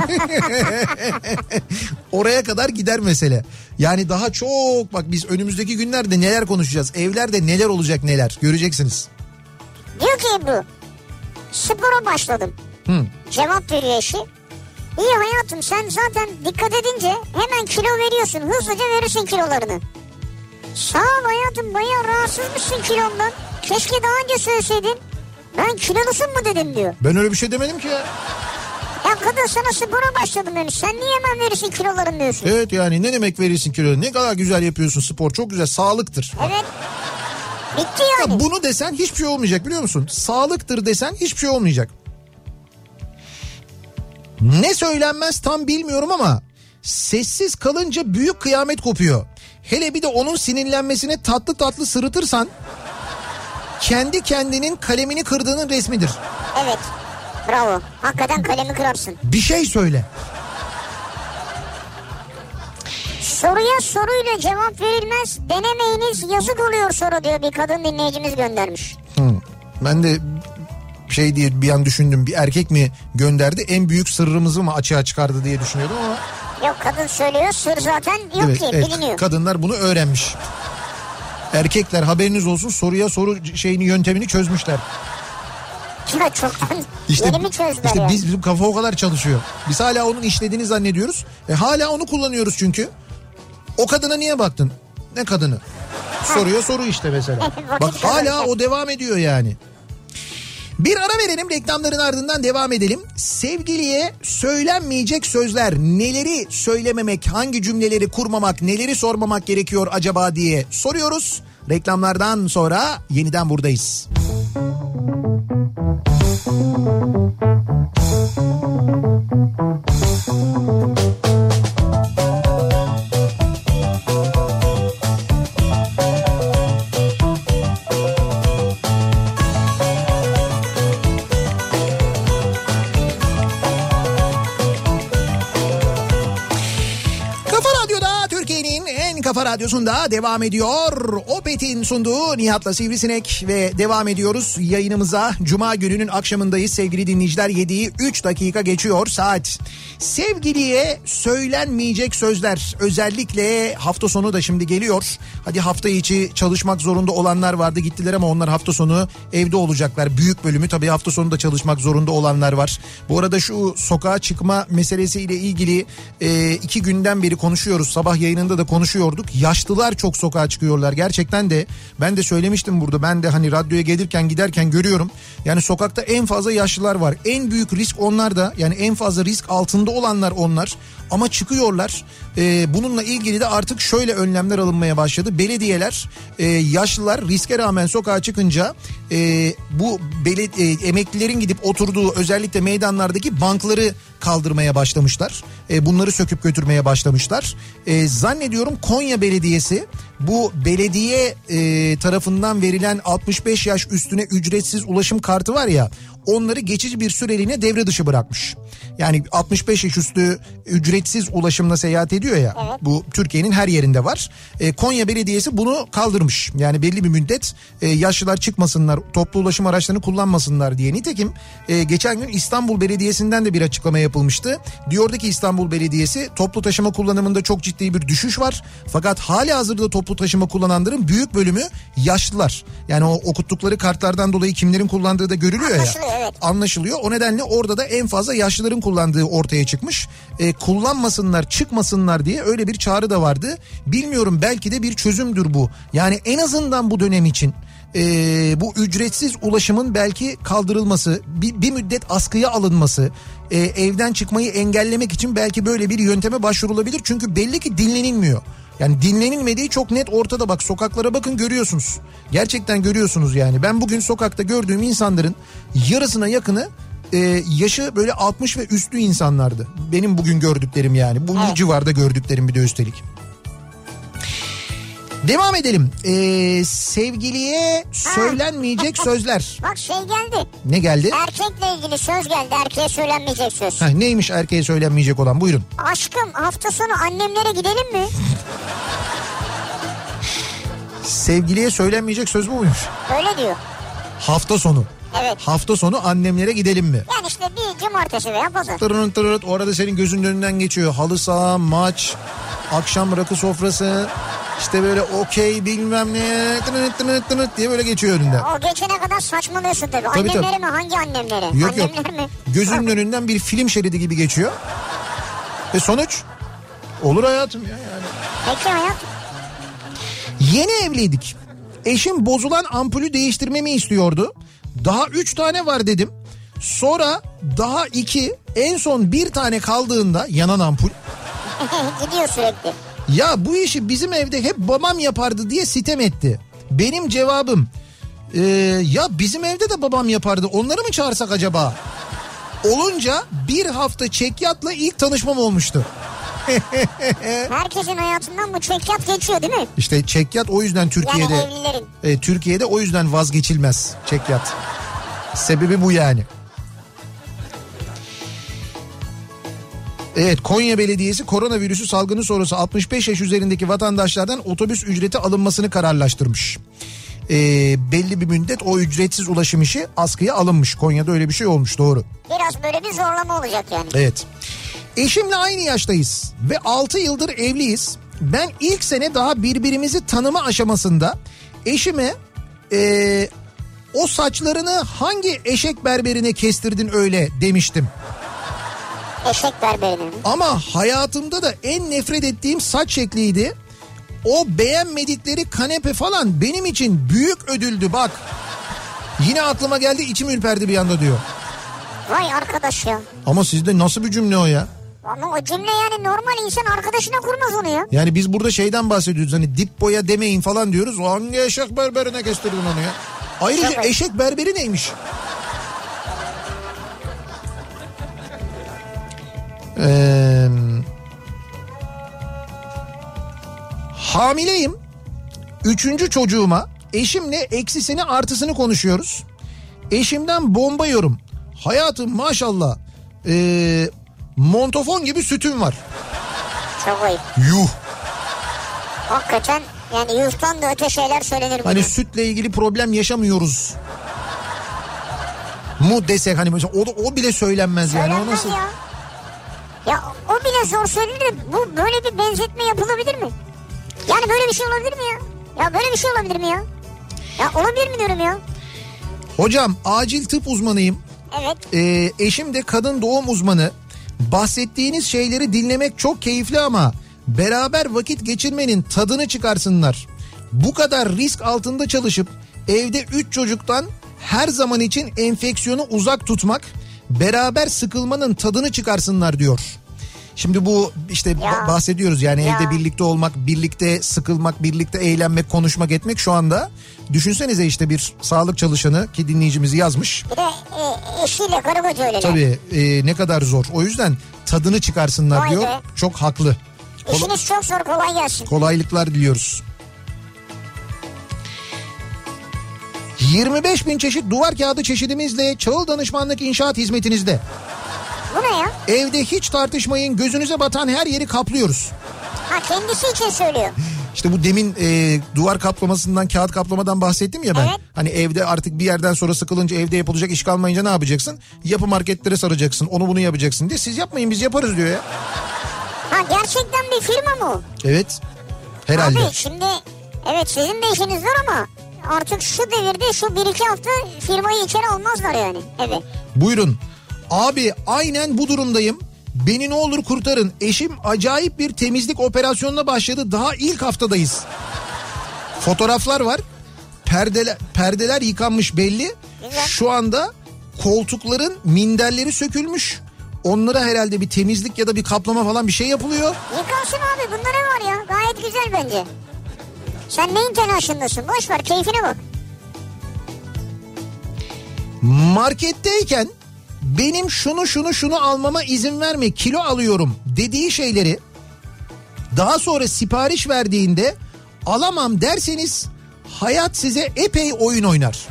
Oraya kadar gider mesele. Yani daha çok bak biz önümüzdeki günlerde neler konuşacağız. Evlerde neler olacak neler göreceksiniz. Diyor ki Ebru spora başladım. Cevap veriyor eşi. İyi hayatım sen zaten dikkat edince hemen kilo veriyorsun. Hızlıca verirsin kilolarını. Sağ ol hayatım bayağı rahatsızmışsın kilomdan. Keşke daha önce söyleseydin. Ben kilolusun mu dedim diyor. Ben öyle bir şey demedim ki ya. Ya kadın sana spora başladım demiş. Sen niye hemen verirsin kiloların diyorsun. Evet yani ne demek verirsin kiloları? Ne kadar güzel yapıyorsun spor. Çok güzel sağlıktır. Evet. Bitti yani. Ya bunu desen hiçbir şey olmayacak biliyor musun? Sağlıktır desen hiçbir şey olmayacak. Ne söylenmez tam bilmiyorum ama sessiz kalınca büyük kıyamet kopuyor. Hele bir de onun sinirlenmesine tatlı tatlı sırıtırsan kendi kendinin kalemini kırdığının resmidir. Evet. Bravo. Hakikaten kalemi kırarsın. Bir şey söyle. Soruya soruyla cevap verilmez. Denemeyiniz yazık oluyor soru diyor bir kadın dinleyicimiz göndermiş. Ben de şey diye bir an düşündüm, bir erkek mi gönderdi, en büyük sırrımızı mı açığa çıkardı diye düşünüyordum ama. Yok, kadın söylüyor, sır zaten yok evet, ki biliniyor. Kadınlar bunu öğrenmiş. Erkekler haberiniz olsun soruya soru yöntemini çözmüşler. Ya çoktan yeni mi çözdüler işte ya? bizim kafa o kadar çalışıyor. Biz hala onun işlediğini zannediyoruz. Hala onu kullanıyoruz çünkü. O kadına niye baktın? Ne kadını? Soruyor soru işte mesela. Bak hala o devam ediyor yani. Bir ara verelim, reklamların ardından devam edelim. Sevgiliye söylenmeyecek sözler, neleri söylememek, hangi cümleleri kurmamak, neleri sormamak gerekiyor acaba diye soruyoruz. Reklamlardan sonra yeniden buradayız. Kafa Radyosu'nda devam ediyor. Opet'in sunduğu Nihat'la Sivrisinek ve devam ediyoruz yayınımıza. Cuma gününün akşamındayız sevgili dinleyiciler. 7'yi 3 dakika geçiyor saat. Sevgiliye söylenmeyecek sözler, özellikle hafta sonu da şimdi geliyor. Hadi hafta içi çalışmak zorunda olanlar vardı, gittiler ama onlar hafta sonu evde olacaklar. Büyük bölümü tabii hafta sonu da çalışmak zorunda olanlar var. Bu arada şu sokağa çıkma meselesiyle ilgili 2 günden beri konuşuyoruz. Sabah yayınında da konuşuyorduk. Yaşlılar çok sokağa çıkıyorlar. Gerçekten de ben de söylemiştim burada. Ben de hani radyoya gelirken giderken görüyorum. Yani sokakta en fazla yaşlılar var. En büyük risk onlar da, yani en fazla risk altında olanlar onlar. Ama çıkıyorlar. Bununla ilgili de artık şöyle önlemler alınmaya başladı. Belediyeler yaşlılar riske rağmen sokağa çıkınca bu emeklilerin gidip oturduğu özellikle meydanlardaki bankları kaldırmaya başlamışlar. Bunları söküp götürmeye başlamışlar. Zannediyorum Konya Belediyesi bu belediye tarafından verilen 65 yaş üstüne ücretsiz ulaşım kartı var ya, onları geçici bir süreliğine devre dışı bırakmış. Yani 65 yaş üstü ücretsiz ulaşımla seyahat ediyor ya, evet. Bu Türkiye'nin her yerinde var. Konya Belediyesi bunu kaldırmış. Yani belli bir müddet yaşlılar çıkmasınlar, toplu ulaşım araçlarını kullanmasınlar diye. Nitekim geçen gün İstanbul Belediyesi'nden de bir açıklama yapılmıştı. Diyordu ki İstanbul Belediyesi toplu taşıma kullanımında çok ciddi bir düşüş var. Fakat hali hazırda toplu taşıma kullananların büyük bölümü yaşlılar. Yani o okuttukları kartlardan dolayı kimlerin kullandığı da görülüyor ya. Evet. Anlaşılıyor. O nedenle orada da en fazla yaşlıların kullandığı ortaya çıkmış. Kullanmasınlar, çıkmasınlar diye öyle bir çağrı da vardı. Bilmiyorum, belki de bir çözümdür bu. Yani en azından bu dönem için bu ücretsiz ulaşımın belki kaldırılması, bir müddet askıya alınması, evden çıkmayı engellemek için belki böyle bir yönteme başvurulabilir. Çünkü belli ki dinlenilmiyor. Yani dinlenilmediği çok net ortada. Bak sokaklara bakın, görüyorsunuz. Gerçekten görüyorsunuz yani. Ben bugün sokakta gördüğüm insanların yarısına yakını yaşı böyle 60 ve üstü insanlardı. Benim bugün gördüklerim yani. Bu civarda gördüklerim bir de üstelik. Devam edelim. Sevgiliye söylenmeyecek sözler. Bak şey geldi. Ne geldi? Erkekle ilgili söz geldi. Erkeğe söylenmeyecek söz. Neymiş erkeğe söylenmeyecek olan? Buyurun. Aşkım hafta sonu annemlere gidelim mi? Sevgiliye söylenmeyecek söz bu muymuş? Öyle diyor. Hafta sonu. Evet. Hafta sonu annemlere gidelim mi? Yani işte bir cumartesi veya pazar. Tırırın tırırıt, orada senin gözünün önünden geçiyor. Halı saha, maç, akşam rakı sofrası, işte böyle okey bilmem ne tınıt diye böyle geçiyor önünden. O geçene kadar saçmalıyorsun tabii. Annemleri mi? Hangi annemleri? Yok annemler mi? Gözünün önünden bir film şeridi gibi geçiyor. Ve sonuç? Olur hayatım ya yani. Peki hayatım. Yeni evliydik. Eşim bozulan ampulü değiştirmemi istiyordu. Daha 3 tane var dedim. Sonra daha 2, en son 1 tane kaldığında yanan ampul. Gidiyor sürekli. Ya bu işi bizim evde hep babam yapardı diye sitem etti. Benim cevabım ya bizim evde de babam yapardı, onları mı çağırsak acaba? Olunca bir hafta çekyatla ilk tanışmam olmuştu. Herkesin hayatından bu çekyat geçiyor değil mi? İşte çekyat o yüzden Türkiye'de. Yani evlilerin. Türkiye'de o yüzden vazgeçilmez çekyat. Sebebi bu yani. Evet, Konya Belediyesi koronavirüsü salgını sonrası 65 yaş üzerindeki vatandaşlardan otobüs ücreti alınmasını kararlaştırmış. belli bir müddet o ücretsiz ulaşım işi askıya alınmış. Konya'da öyle bir şey olmuş, doğru. Biraz böyle bir zorlama olacak yani. Evet. Eşimle aynı yaştayız ve 6 yıldır evliyiz. Ben ilk sene daha birbirimizi tanıma aşamasında eşime o saçlarını hangi eşek berberine kestirdin öyle demiştim. Eşek berberinin. Ama hayatımda da en nefret ettiğim saç şekliydi. O beğenmedikleri kanepe falan benim için büyük ödüldü bak. Yine aklıma geldi, içim ürperdi bir anda diyor. Vay arkadaş ya. Ama sizde nasıl bir cümle o ya? Ama o cümle yani normal insan arkadaşına kurmaz onu ya. Yani biz burada şeyden bahsediyoruz, hani dip boya demeyin falan diyoruz. O hangi eşek berberine kestirdin onu ya? Ayrıca evet. Eşek berberi neymiş? Hamileyim. 3. çocuğuma eşimle eksisini artısını konuşuyoruz. Eşimden bomba yorum. Hayatım maşallah montofon gibi sütün var. Çok ayıp. Yuh. Hakikaten yani yuhtan da öte şeyler söylenir. Hani sütle ilgili problem yaşamıyoruz mu desek, hani mesela o bile söylenmez yani. Söylenmez o nasıl? ya. Ya o bile zor söylenir. Bu böyle bir benzetme yapılabilir mi? Yani böyle bir şey olabilir mi ya? Ya böyle bir şey olabilir mi ya? Ya olabilir mi diyorum ya? Hocam acil tıp uzmanıyım. Evet. Eşim de kadın doğum uzmanı. Bahsettiğiniz şeyleri dinlemek çok keyifli ama beraber vakit geçirmenin tadını çıkarsınlar. Bu kadar risk altında çalışıp evde 3 çocuktan her zaman için enfeksiyonu uzak tutmak, beraber sıkılmanın tadını çıkarsınlar diyor. Şimdi bu işte bahsediyoruz yani ya. Evde birlikte olmak, birlikte sıkılmak, birlikte eğlenmek, konuşmak etmek şu anda. Düşünsenize işte bir sağlık çalışanı ki dinleyicimiz yazmış. Bir de eşiyle karı koca öyleler. Tabii ne kadar zor. O yüzden tadını çıkarsınlar Vay diyor. be. Çok haklı. İşiniz çok zor, kolay gelsin. Kolaylıklar diliyoruz. 25.000 çeşit duvar kağıdı çeşidimizle Çağıl Danışmanlık İnşaat hizmetinizde. Bu ne ya? Evde hiç tartışmayın, gözünüze batan her yeri kaplıyoruz. Ha, kendisi için söylüyor. İşte bu demin duvar kaplamasından, kağıt kaplamadan bahsettim ya ben. Evet. Hani evde artık bir yerden sonra sıkılınca, evde yapılacak iş kalmayınca ne yapacaksın? Yapı marketlere saracaksın, onu bunu yapacaksın diye. Siz yapmayın, biz yaparız diyor ya. Ha, gerçekten bir firma mı o? Evet. Herhalde. Abi şimdi evet sizin de işiniz var ama artık şu devirde şu 1-2 hafta firmayı içeri almazlar yani. Evet. Buyurun. Abi aynen bu durumdayım. Beni ne olur kurtarın. Eşim acayip bir temizlik operasyonuna başladı. Daha ilk haftadayız. Fotoğraflar var. Perdeler yıkanmış belli. Güzel. Şu anda koltukların minderleri sökülmüş. Onlara herhalde bir temizlik ya da bir kaplama falan bir şey yapılıyor. Yıkansın abi, bunda ne var ya? Gayet güzel bence. Sen neyin telaşındasın? Boş ver, keyfine bak. Marketteyken benim şunu almama izin verme, kilo alıyorum dediği şeyleri daha sonra sipariş verdiğinde alamam derseniz hayat size epey oyun oynar.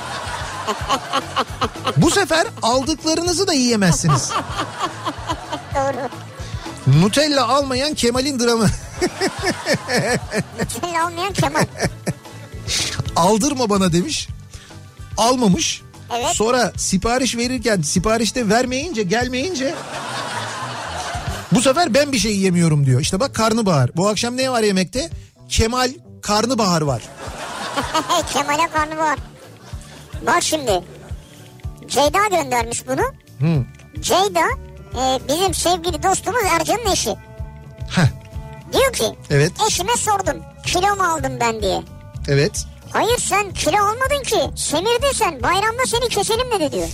Bu sefer aldıklarınızı da yiyemezsiniz. Doğru. Nutella almayan Kemal'in dramı. Nutella almayan Kemal. Aldırma bana demiş. Almamış. Evet. Sonra sipariş verirken siparişte vermeyince, gelmeyince bu sefer ben bir şey yiyemiyorum diyor. İşte bak, karnabahar. Bu akşam ne var yemekte? Kemal karnabahar var. Kemal'e karnabahar. Bak şimdi. Ceyda göndermiş bunu. Ceyda bizim sevgili dostumuz Ercan'ın eşi. Heh. Diyor ki Evet. eşime sordum kilo mu aldım ben diye. Evet. Hayır, sen kilo almadın ki. Semir'de sen, bayramda seni keselim dedi diyor.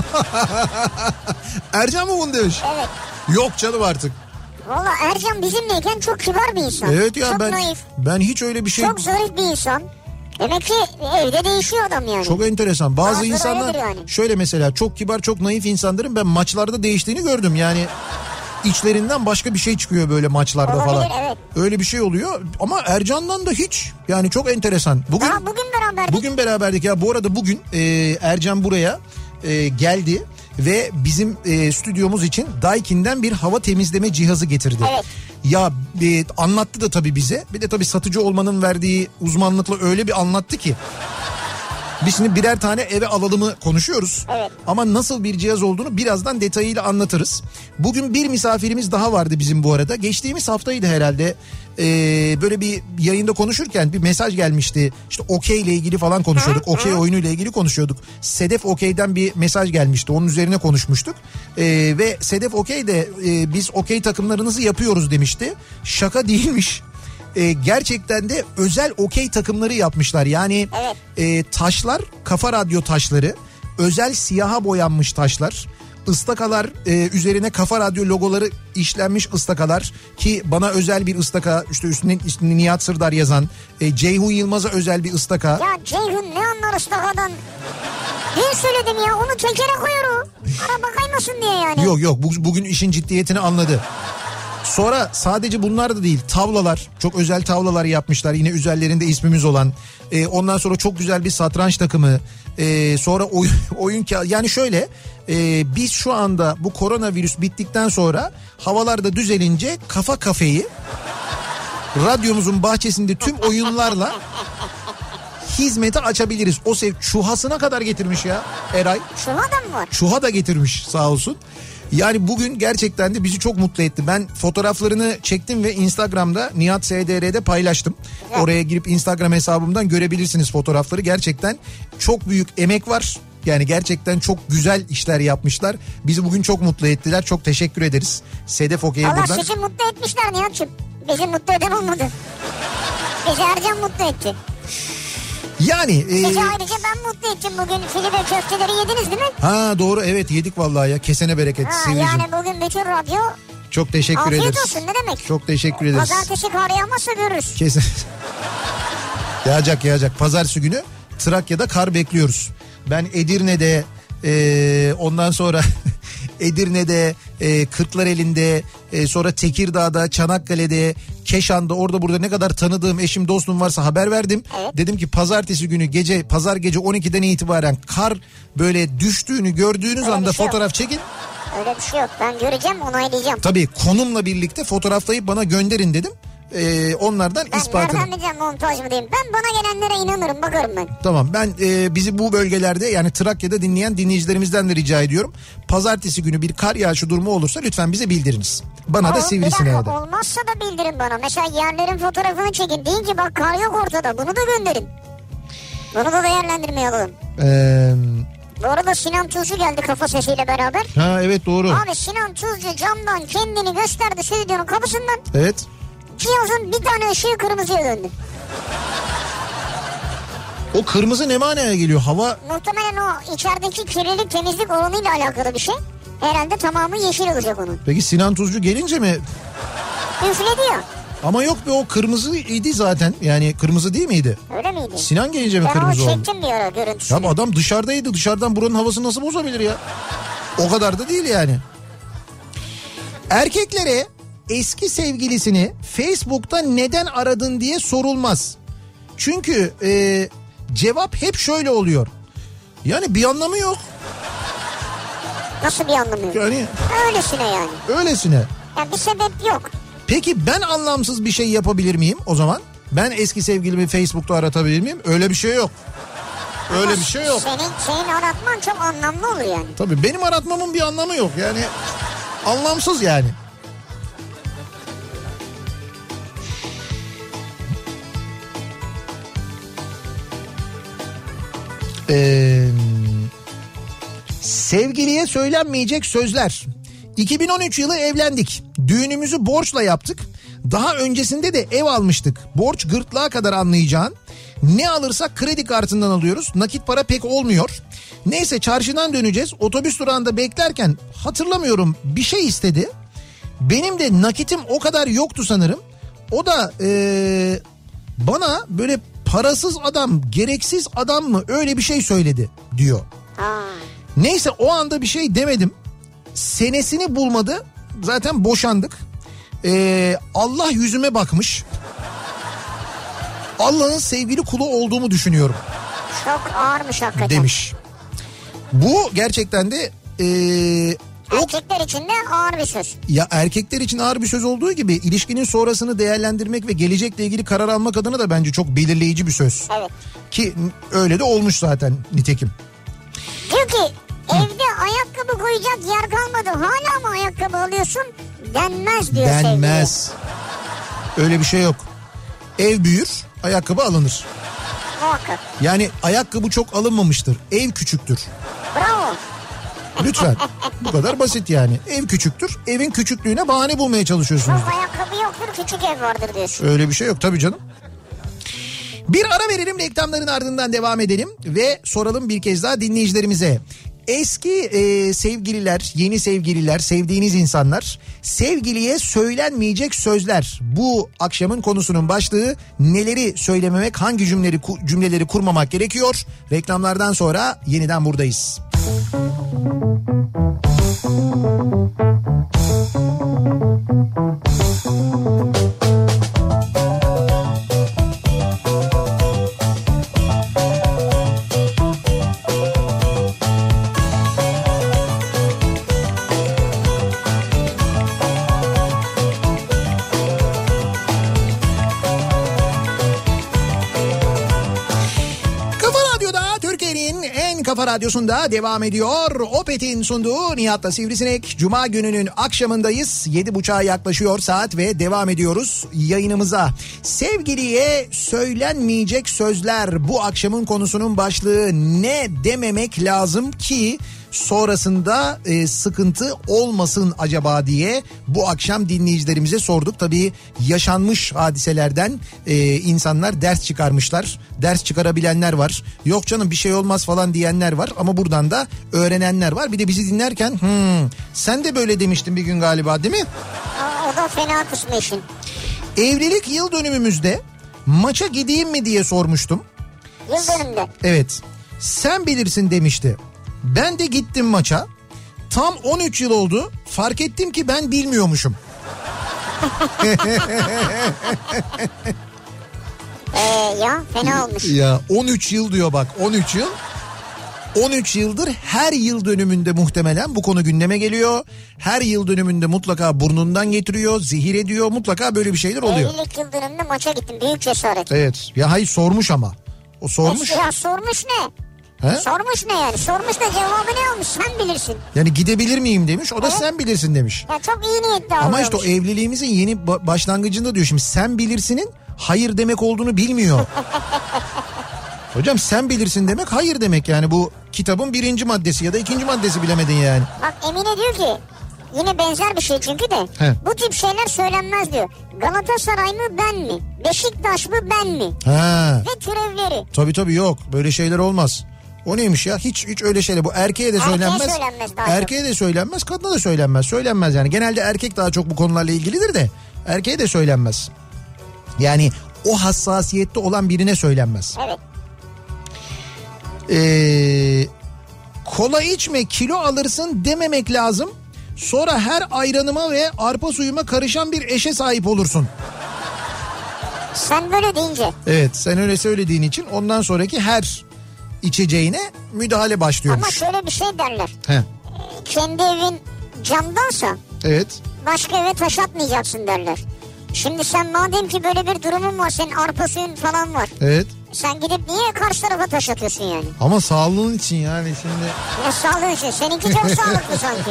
Ercan mı bunu demiş? Evet. Yok canım artık. Valla Ercan bizimleyken çok kibar bir insan. Evet ya, çok naif. ben hiç öyle bir şey... Çok zarif bir insan. Demek ki evde değişiyor adam yani. Çok enteresan. Bazı Bazıları insanlar öyledir yani. şöyle mesela çok kibar, çok naif insanların ben maçlarda değiştiğini gördüm. Yani içlerinden başka bir şey çıkıyor böyle maçlarda Olabilir, falan. evet. Öyle bir şey oluyor ama Ercan'dan da hiç, yani çok enteresan. Daha bugün beraberdik. Bugün beraberdik ya. Bu arada bugün Ercan buraya geldi ve bizim stüdyomuz için Daikin'den bir hava temizleme cihazı getirdi. Evet. Ya anlattı da tabii bize. Bir de tabii satıcı olmanın verdiği uzmanlıkla öyle bir anlattı ki. Biz şimdi birer tane eve alalımı konuşuyoruz. Evet. Ama nasıl bir cihaz olduğunu birazdan detayıyla anlatırız. Bugün bir misafirimiz daha vardı bizim bu arada. Geçtiğimiz haftaydı herhalde. Böyle bir yayında konuşurken bir mesaj gelmişti. İşte okey ile ilgili falan konuşuyorduk. Okey oyunu ile ilgili konuşuyorduk. Sedef Okey'den bir mesaj gelmişti. Onun üzerine konuşmuştuk. Ve Sedef Okey de biz okey takımlarınızı yapıyoruz demişti. Şaka değilmiş. Gerçekten de özel okey takımları yapmışlar. Yani taşlar, Kafa Radyo taşları, özel siyaha boyanmış taşlar. Istakalar, üzerine Kafa Radyo logoları işlenmiş ıstakalar, ki bana özel bir ıstaka, işte üstüne Nihat Sırdar yazan, Ceyhun Yılmaz'a özel bir ıstaka. Ya Ceyhun ne anlar ıstakadan? Ben söyledim ya, onu tekere koyuyor. Araba kaymasın diye yani. Yok bugün işin ciddiyetini anladı. Sonra sadece bunlar da değil, tavlalar, çok özel tavlalar yapmışlar yine üzerlerinde ismimiz olan. Ondan sonra çok güzel bir satranç takımı, sonra oyun yani şöyle, biz şu anda bu koronavirüs bittikten sonra havalarda düzelince Kafa Kafe'yi radyomuzun bahçesinde tüm oyunlarla hizmete açabiliriz. O çuhasına kadar getirmiş ya Eray. Çuha da mı var? Çuha da getirmiş sağ olsun. Yani bugün gerçekten de bizi çok mutlu etti. Ben fotoğraflarını çektim ve Instagram'da Nihat SDR'de paylaştım. Evet. Oraya girip Instagram hesabımdan görebilirsiniz fotoğrafları. Gerçekten çok büyük emek var. Yani gerçekten çok güzel işler yapmışlar. Bizi bugün çok mutlu ettiler. Çok teşekkür ederiz. Sedef Okey'e buradan. Allah sizi mutlu etmişler Nihat'cığım. Bizi mutlu eden olmadı. Bizi Ercan mutlu etti. Yani sizi ayrıca ben mutlu ettim bugün. Filibe köfteleri yediniz değil mi? Ha doğru, evet yedik vallahi ya. Kesene bereket. Yani bugün bütün radyo. Çok teşekkür ederiz. Afiyet olsun, ne demek? Çok teşekkür ederiz. Pazartesi kar yağmazsa görürüz. Kesin. Yağacak. Pazartesi günü Trakya'da kar bekliyoruz. Ben Edirne'de ondan sonra Edirne'de, Kırklareli'nde, sonra Tekirdağ'da, Çanakkale'de, Keşan'da, orada burada ne kadar tanıdığım eşim dostum varsa haber verdim. Evet. Dedim ki pazartesi günü pazar gece 12'den itibaren kar böyle düştüğünü gördüğünüz anda fotoğraf çekin. Öyle bir şey yok, ben göreceğim, onaylayacağım. Tabii konumla birlikte fotoğraflayıp bana gönderin dedim. Onlardan ispatını. Ben nereden bileceğim montaj mı diyeyim? Ben bana gelenlere inanırım, bakarım ben. Tamam, ben bizi bu bölgelerde yani Trakya'da dinleyen dinleyicilerimizden de rica ediyorum. Pazartesi günü bir kar yağışı durumu olursa lütfen bize bildiriniz. Bana da Sivrisineğe de. Olmazsa da bildirin bana. Mesela yerlerin fotoğrafını çekin. Deyin ki bak kar yok ortada, bunu da gönderin. Bunu da değerlendirmeye alalım. Bu arada Sinan Tuzcu geldi kafa sesiyle beraber. Ha evet doğru. Abi Sinan Tuzcu camdan kendini gösterdi stüdyonun kapısından. Evet. Cihazın bir tane ışığı kırmızıya döndü. O kırmızı ne manaya geliyor? Hava... Muhtemelen o içerideki kirlilik temizlik oranıyla alakalı bir şey. Herhalde tamamı yeşil olacak onun. Peki Sinan Tuzcu gelince mi? Üfledi ya. Ama yok be, o kırmızı idi zaten. Yani kırmızı değil miydi? Öyle miydi? Sinan gelince mi kırmızı oldu? Ben onu çektim bir ara görüntüsünü. Ya adam dışarıdaydı. Dışarıdan buranın havası nasıl bozabilir ya? O kadar da değil yani. Erkeklere eski sevgilisini Facebook'ta neden aradın diye sorulmaz. Çünkü cevap hep şöyle oluyor. Yani bir anlamı yok. Nasıl bir anlamı yok? Yani... Öylesine yani. Öylesine. Ya bir sebep yok. Peki ben anlamsız bir şey yapabilir miyim o zaman? Ben eski sevgilimi Facebook'ta aratabilir miyim? Öyle bir şey yok. Öyle bir şey yok. Senin aratman çok anlamlı olur yani. Tabii benim aratmamın bir anlamı yok. Yani anlamsız yani. Sevgiliye söylenmeyecek sözler. 2013 yılı evlendik. Düğünümüzü borçla yaptık. Daha öncesinde de ev almıştık. Borç gırtlağa kadar anlayacağın. Ne alırsak kredi kartından alıyoruz. Nakit para pek olmuyor. Neyse çarşıdan döneceğiz. Otobüs durağında beklerken hatırlamıyorum bir şey istedi. Benim de nakitim o kadar yoktu sanırım. O da bana böyle parasız adam, gereksiz adam mı öyle bir şey söyledi diyor. Neyse o anda bir şey demedim. Senesini bulmadı. Zaten boşandık. Allah yüzüme bakmış. Allah'ın sevgili kulu olduğumu düşünüyorum. Çok ağırmış hakikaten. Demiş. Bu gerçekten de Erkekler için de ağır bir söz. Ya erkekler için ağır bir söz olduğu gibi ilişkinin sonrasını değerlendirmek ve gelecekle ilgili karar almak adına da bence çok belirleyici bir söz. Evet. Ki öyle de olmuş zaten nitekim. Diyor ki evde ayakkabı koyacak yer kalmadı. Hala mı ayakkabı alıyorsun? Denmez diyor sevgili. Denmez. Öyle bir şey yok. Ev büyür, ayakkabı alınır. Muhakkak. Yani ayakkabı çok alınmamıştır. Ev küçüktür. Bravo. Lütfen. Bu kadar basit yani. Ev küçüktür. Evin küçüklüğüne bahane bulmaya çalışıyorsunuz. Çok ayakkabı yoktur, küçük ev vardır diyorsun. Öyle bir şey yok tabii canım. Bir ara verelim, reklamların ardından devam edelim ve soralım bir kez daha dinleyicilerimize. Eski sevgililer, yeni sevgililer, sevdiğiniz insanlar, sevgiliye söylenmeyecek sözler. Bu akşamın konusunun başlığı. Neleri söylememek, hangi cümleleri kurmamak gerekiyor? Reklamlardan sonra yeniden buradayız. Kafa Radyosu'nda devam ediyor. Opet'in sunduğu Nihat'la Sivrisinek. Cuma gününün akşamındayız. 7.30'a yaklaşıyor saat ve devam ediyoruz yayınımıza. Sevgiliye söylenmeyecek sözler, bu akşamın konusunun başlığı. Ne dememek lazım ki sonrasında sıkıntı olmasın acaba diye bu akşam dinleyicilerimize sorduk. Tabii yaşanmış hadiselerden insanlar ders çıkarmışlar. Ders çıkarabilenler var. Yok canım bir şey olmaz falan diyenler var ama buradan da öğrenenler var. Bir de bizi dinlerken sen de böyle demiştin bir gün galiba, değil mi? O da fena kısmı işin. Evlilik yıl dönümümüzde maça gideyim mi diye sormuştum. Yıl dönümde. Evet. Sen bilirsin demişti. Ben de gittim maça. Tam 13 yıl oldu. Fark ettim ki ben bilmiyormuşum. Ya fena olmuş. Ya 13 yıl diyor bak, 13 yıl. 13 yıldır her yıl dönümünde muhtemelen bu konu gündeme geliyor. Her yıl dönümünde mutlaka burnundan getiriyor, zehir ediyor. Mutlaka böyle bir şeyler oluyor. Evlilik yıl dönümünde maça gittim. Büyük cesaret. Evet. Ya hayır, sormuş ama. O sormuş. Ya sormuş ne? He? Sormuş ne yani? Sormuş da cevabı ne almış? Sen bilirsin. Yani gidebilir miyim demiş. O da sen bilirsin demiş. Ya çok iyi niyetli ama işte o evliliğimizin yeni başlangıcında diyor. Şimdi sen bilirsinin hayır demek olduğunu bilmiyor. Hocam sen bilirsin demek hayır demek, yani bu kitabın 1. maddesi ya da 2. maddesi, bilemedin yani. Bak Emine diyor ki yine benzer bir şey çünkü de. He. Bu tip şeyler söylenmez diyor. Galatasaray mı ben mi? Beşiktaş mı ben mi? Ha. Ve türevleri. Tabii yok, böyle şeyler olmaz. O neymiş ya, hiç öyle şeyler, bu erkeğe de söylenmez. Erkeğe de söylenmez, kadına da söylenmez. Söylenmez yani, genelde erkek daha çok bu konularla ilgilidir de erkeğe de söylenmez. Yani o hassasiyette olan birine söylenmez. Evet. Kola içme kilo alırsın dememek lazım. Sonra her ayranıma ve arpa suyuma karışan bir eşe sahip olursun. Sen böyle deyince. Evet, sen öyle söylediğin için ondan sonraki her içeceğine müdahale başlıyormuş. Ama şöyle bir şey derler. He. Kendi evin camdansa. Evet. Başka eve taş atmayacaksın derler. Şimdi sen madem ki böyle bir durumun var, senin arpa suyun falan var. Evet. Sen gidip niye karşı tarafa taş atıyorsun yani? Ama sağlığın için yani şimdi. Ya sağlığın için. Seninki çok sağlıklı sanki.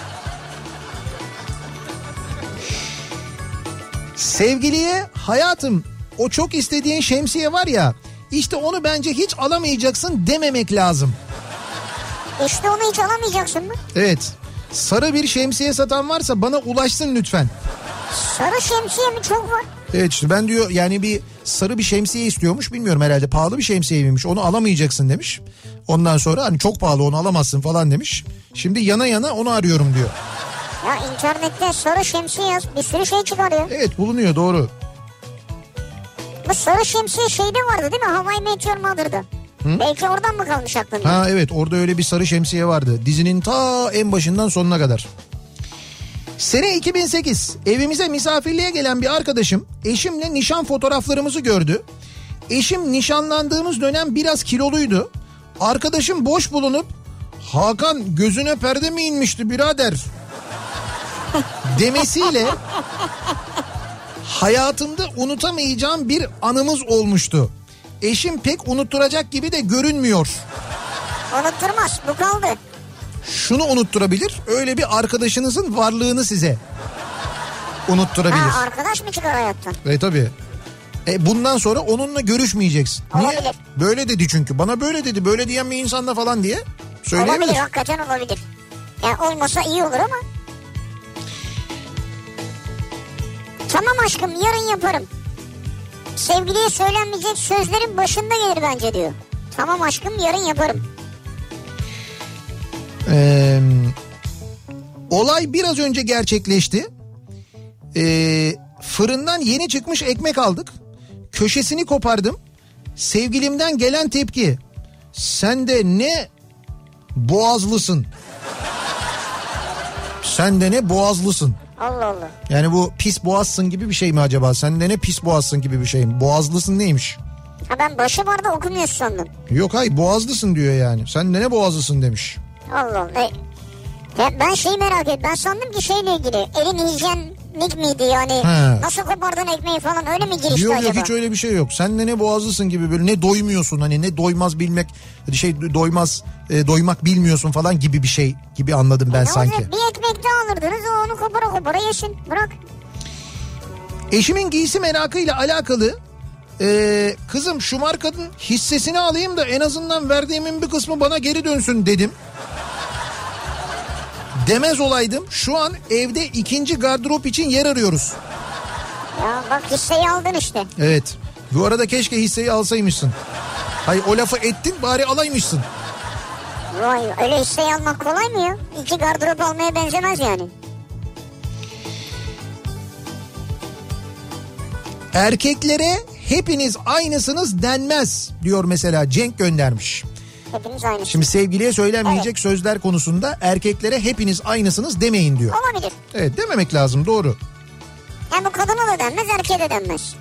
Sevgiliye hayatım o çok istediğin şemsiye var ya, işte onu bence hiç alamayacaksın dememek lazım. İşte onu hiç alamayacaksın mı? Evet. Sarı bir şemsiye satan varsa bana ulaşsın lütfen. Sarı şemsiye mi çok var? Evet işte ben diyor yani bir sarı bir şemsiye istiyormuş, bilmiyorum herhalde pahalı bir şemsiye miymiş, onu alamayacaksın demiş. Ondan sonra hani çok pahalı, onu alamazsın falan demiş. Şimdi yana yana onu arıyorum diyor. Ya internette sarı şemsiye yaz, bir sürü şey çıkarıyor. Evet, bulunuyor, doğru. Bu sarı şemsiye şeyde vardı değil mi? How I Met Your Mother'da. Hı? Belki oradan mı kalmış aklında? Ha evet, orada öyle bir sarı şemsiye vardı. Dizinin ta en başından sonuna kadar. Sene 2008, evimize misafirliğe gelen bir arkadaşım eşimle nişan fotoğraflarımızı gördü. Eşim nişanlandığımız dönem biraz kiloluydu. Arkadaşım boş bulunup Hakan gözüne perde mi inmişti birader demesiyle hayatımda unutamayacağım bir anımız olmuştu. Eşim pek unutturacak gibi de görünmüyor. Unutturmaz, bu kaldı. Şunu unutturabilir, öyle bir arkadaşınızın varlığını size unutturabilir. Ha, arkadaş mı çıkar hayattan? Tabii. Bundan sonra onunla görüşmeyeceksin. Niye? Olabilir. Böyle dedi çünkü. Bana böyle dedi. Böyle diyen bir insanla falan diye söyleyebilir. Olabilir, hakikaten olabilir. Yani olmasa iyi olur ama. Tamam aşkım, yarın yaparım. Sevgiliye söylenmeyecek sözlerin başında gelir bence diyor. Tamam aşkım, yarın yaparım. Olay biraz önce gerçekleşti. Fırından yeni çıkmış ekmek aldık. Köşesini kopardım. Sevgilimden gelen tepki: sen de ne boğazlısın. Sen de ne boğazlısın. Allah Allah. Yani bu pis boğazsın gibi bir şey mi acaba? Sen de ne pis boğazsın gibi bir şey mi? Boğazlısın neymiş? Ha, ben başı vardı okumuyorsun sandım. Yok hayır, boğazlısın diyor yani. Sen de ne boğazlısın demiş. Allah Allah. Ya ben şeyi merak ettim. Ben sandım ki şeyle ilgili. Elin hijyenik miydi yani? He. Nasıl kopardın ekmeği falan, öyle mi girişti yok, acaba? Yok, hiç öyle bir şey yok. Sen de ne boğazlısın gibi, böyle ne doymuyorsun, hani ne doymaz bilmek, doymak bilmiyorsun falan gibi bir şey gibi anladım ben sanki. Olacak? Bir ekmek daha alırdınız, o onu kopara yesin, bırak. Eşimin giysi merakıyla alakalı kızım şu markanın hissesini alayım da en azından verdiğimin bir kısmı bana geri dönsün dedim. Demez olaydım, şu an evde ikinci gardırop için yer arıyoruz. Ya bak, hisseyi aldın işte. Evet. Bu arada keşke hisseyi alsaymışsın. Hayır, o lafı ettin, bari alaymışsın. Vay, öyle hisseyi almak kolay mı ya? İki gardırop almaya benzemez yani. Erkeklere hepiniz aynısınız denmez diyor mesela, Cenk göndermiş. Hepiniz aynısınız. Şimdi sevgiliye söylenmeyecek sözler konusunda erkeklere hepiniz aynısınız demeyin diyor. Olabilir. Evet, dememek lazım, doğru. Yani bu kadına da denmez, erkeğe de denmez.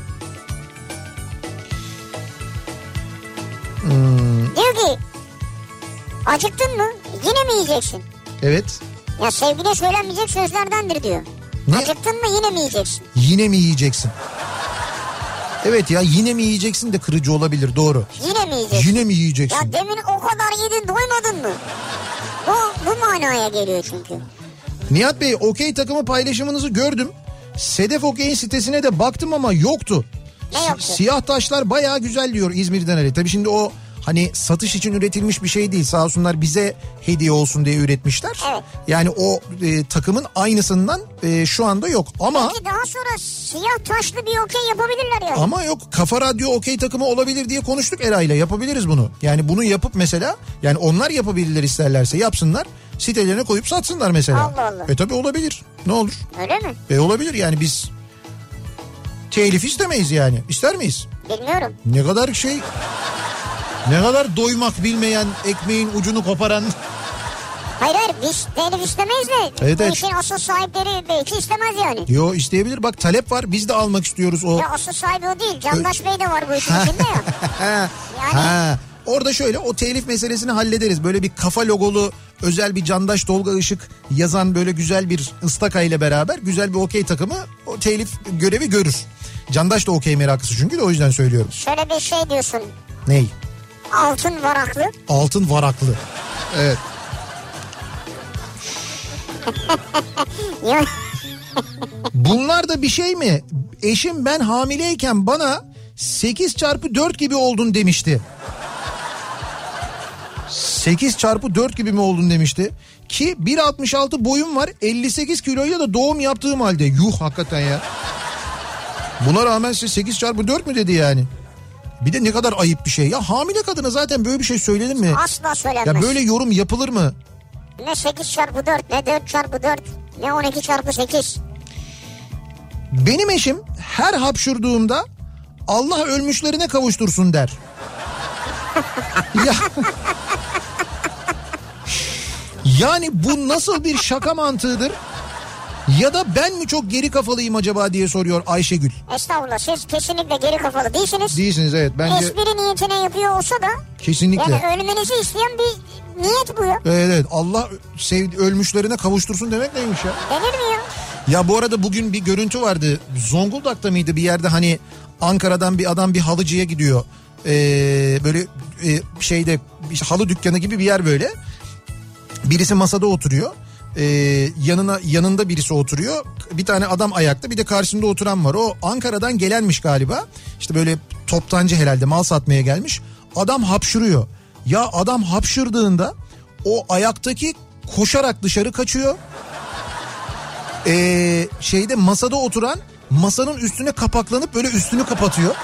Diyor ki, acıktın mı? Yine mi yiyeceksin? Evet. Ya sevgiliye söylenmeyecek sözlerdendir diyor. Ne? Acıktın mı, yine mi yiyeceksin? Yine mi yiyeceksin? Evet ya, yine mi yiyeceksin de kırıcı olabilir, doğru. Yine mi yiyeceksin? Yine mi yiyeceksin? Ya demin o kadar yedin, doymadın mı? Bu manaya geliyor çünkü. Nihat Bey, okey takımı paylaşımınızı gördüm. Sedef Okey'in sitesine de baktım ama yoktu. Ne yoktu? Siyah taşlar bayağı güzel diyor İzmir'den Ali. Tabii şimdi o hani satış için üretilmiş bir şey değil. Sağ olsunlar bize hediye olsun diye üretmişler. Evet. Yani o takımın aynısından şu anda yok. Ama Peki daha sonra siyah taşlı bir okey yapabilirler yani. ama yok, Kafa Radyo okey takımı olabilir diye konuştuk Eray'la, yapabiliriz bunu. Yani bunu yapıp mesela, yani onlar yapabilirler, isterlerse yapsınlar. Sitelerine koyup satsınlar mesela. Allah Allah. Tabii olabilir. Ne olur? Öyle mi? Olabilir yani, biz telif istemeyiz yani. İster miyiz? Bilmiyorum. Ne kadar doymak bilmeyen, ekmeğin ucunu koparan. Hayır biz telif istemeyiz de. Evet, bu evet. işin asıl sahipleri belki istemez yani. Yo, isteyebilir, bak talep var, biz de almak istiyoruz o. Ya asıl sahibi o değil. Candaş Bey de var bu işin içinde ya. Yani. Orada şöyle, o telif meselesini hallederiz. Böyle bir kafa logolu özel bir Candaş Tolga Işık yazan böyle güzel bir ıstaka ile beraber güzel bir okey takımı o telif görevi görür. Candaş da okey meraklısı çünkü, de o yüzden söylüyorum. Şöyle bir şey diyorsun. Ney? Altın varaklı. Altın varaklı. Evet. Bunlar da bir şey mi? Eşim ben hamileyken bana 8x4 gibi oldun demişti. 8x4 gibi mi oldun demişti. Ki 1.66 boyum var, 58 kiloyla da doğum yaptığım halde. Yuh, hakikaten ya. Buna rağmen size 8x4 mü dedi yani. Bir de ne kadar ayıp bir şey. Ya hamile kadına zaten böyle bir şey söylenir mi? Asla söylenmez. Ya böyle yorum yapılır mı? Ne 8x4, ne 4x4, ne 12x8. Benim eşim her hapşurduğumda Allah ölmüşlerine kavuştursun der. Ya... Yani bu nasıl bir şaka mantığıdır? Ya da ben mi çok geri kafalıyım acaba diye soruyor Ayşegül. Estağfurullah, siz kesinlikle geri kafalı değilsiniz. Değilsiniz, evet. Bence... Espri niyetine yapıyor olsa da Kesinlikle. Yani ölmenizi isteyen bir niyet bu ya. Evet, Allah ölmüşlerine kavuştursun demek neymiş ya? Denir mi ya? Ya bu arada bugün bir görüntü vardı. Zonguldak'ta mıydı bir yerde, hani Ankara'dan bir adam bir halıcıya gidiyor. Böyle şeyde işte halı dükkanı gibi bir yer böyle. Birisi masada oturuyor. Yanında birisi oturuyor. Bir tane adam ayakta, bir de karşısında oturan var. O Ankara'dan gelenmiş galiba. İşte böyle toptancı herhalde, mal satmaya gelmiş. Adam hapşırıyor. Ya adam hapşırdığında o ayaktaki koşarak dışarı kaçıyor. Şeyde masada oturan masanın üstüne kapaklanıp böyle üstünü kapatıyor.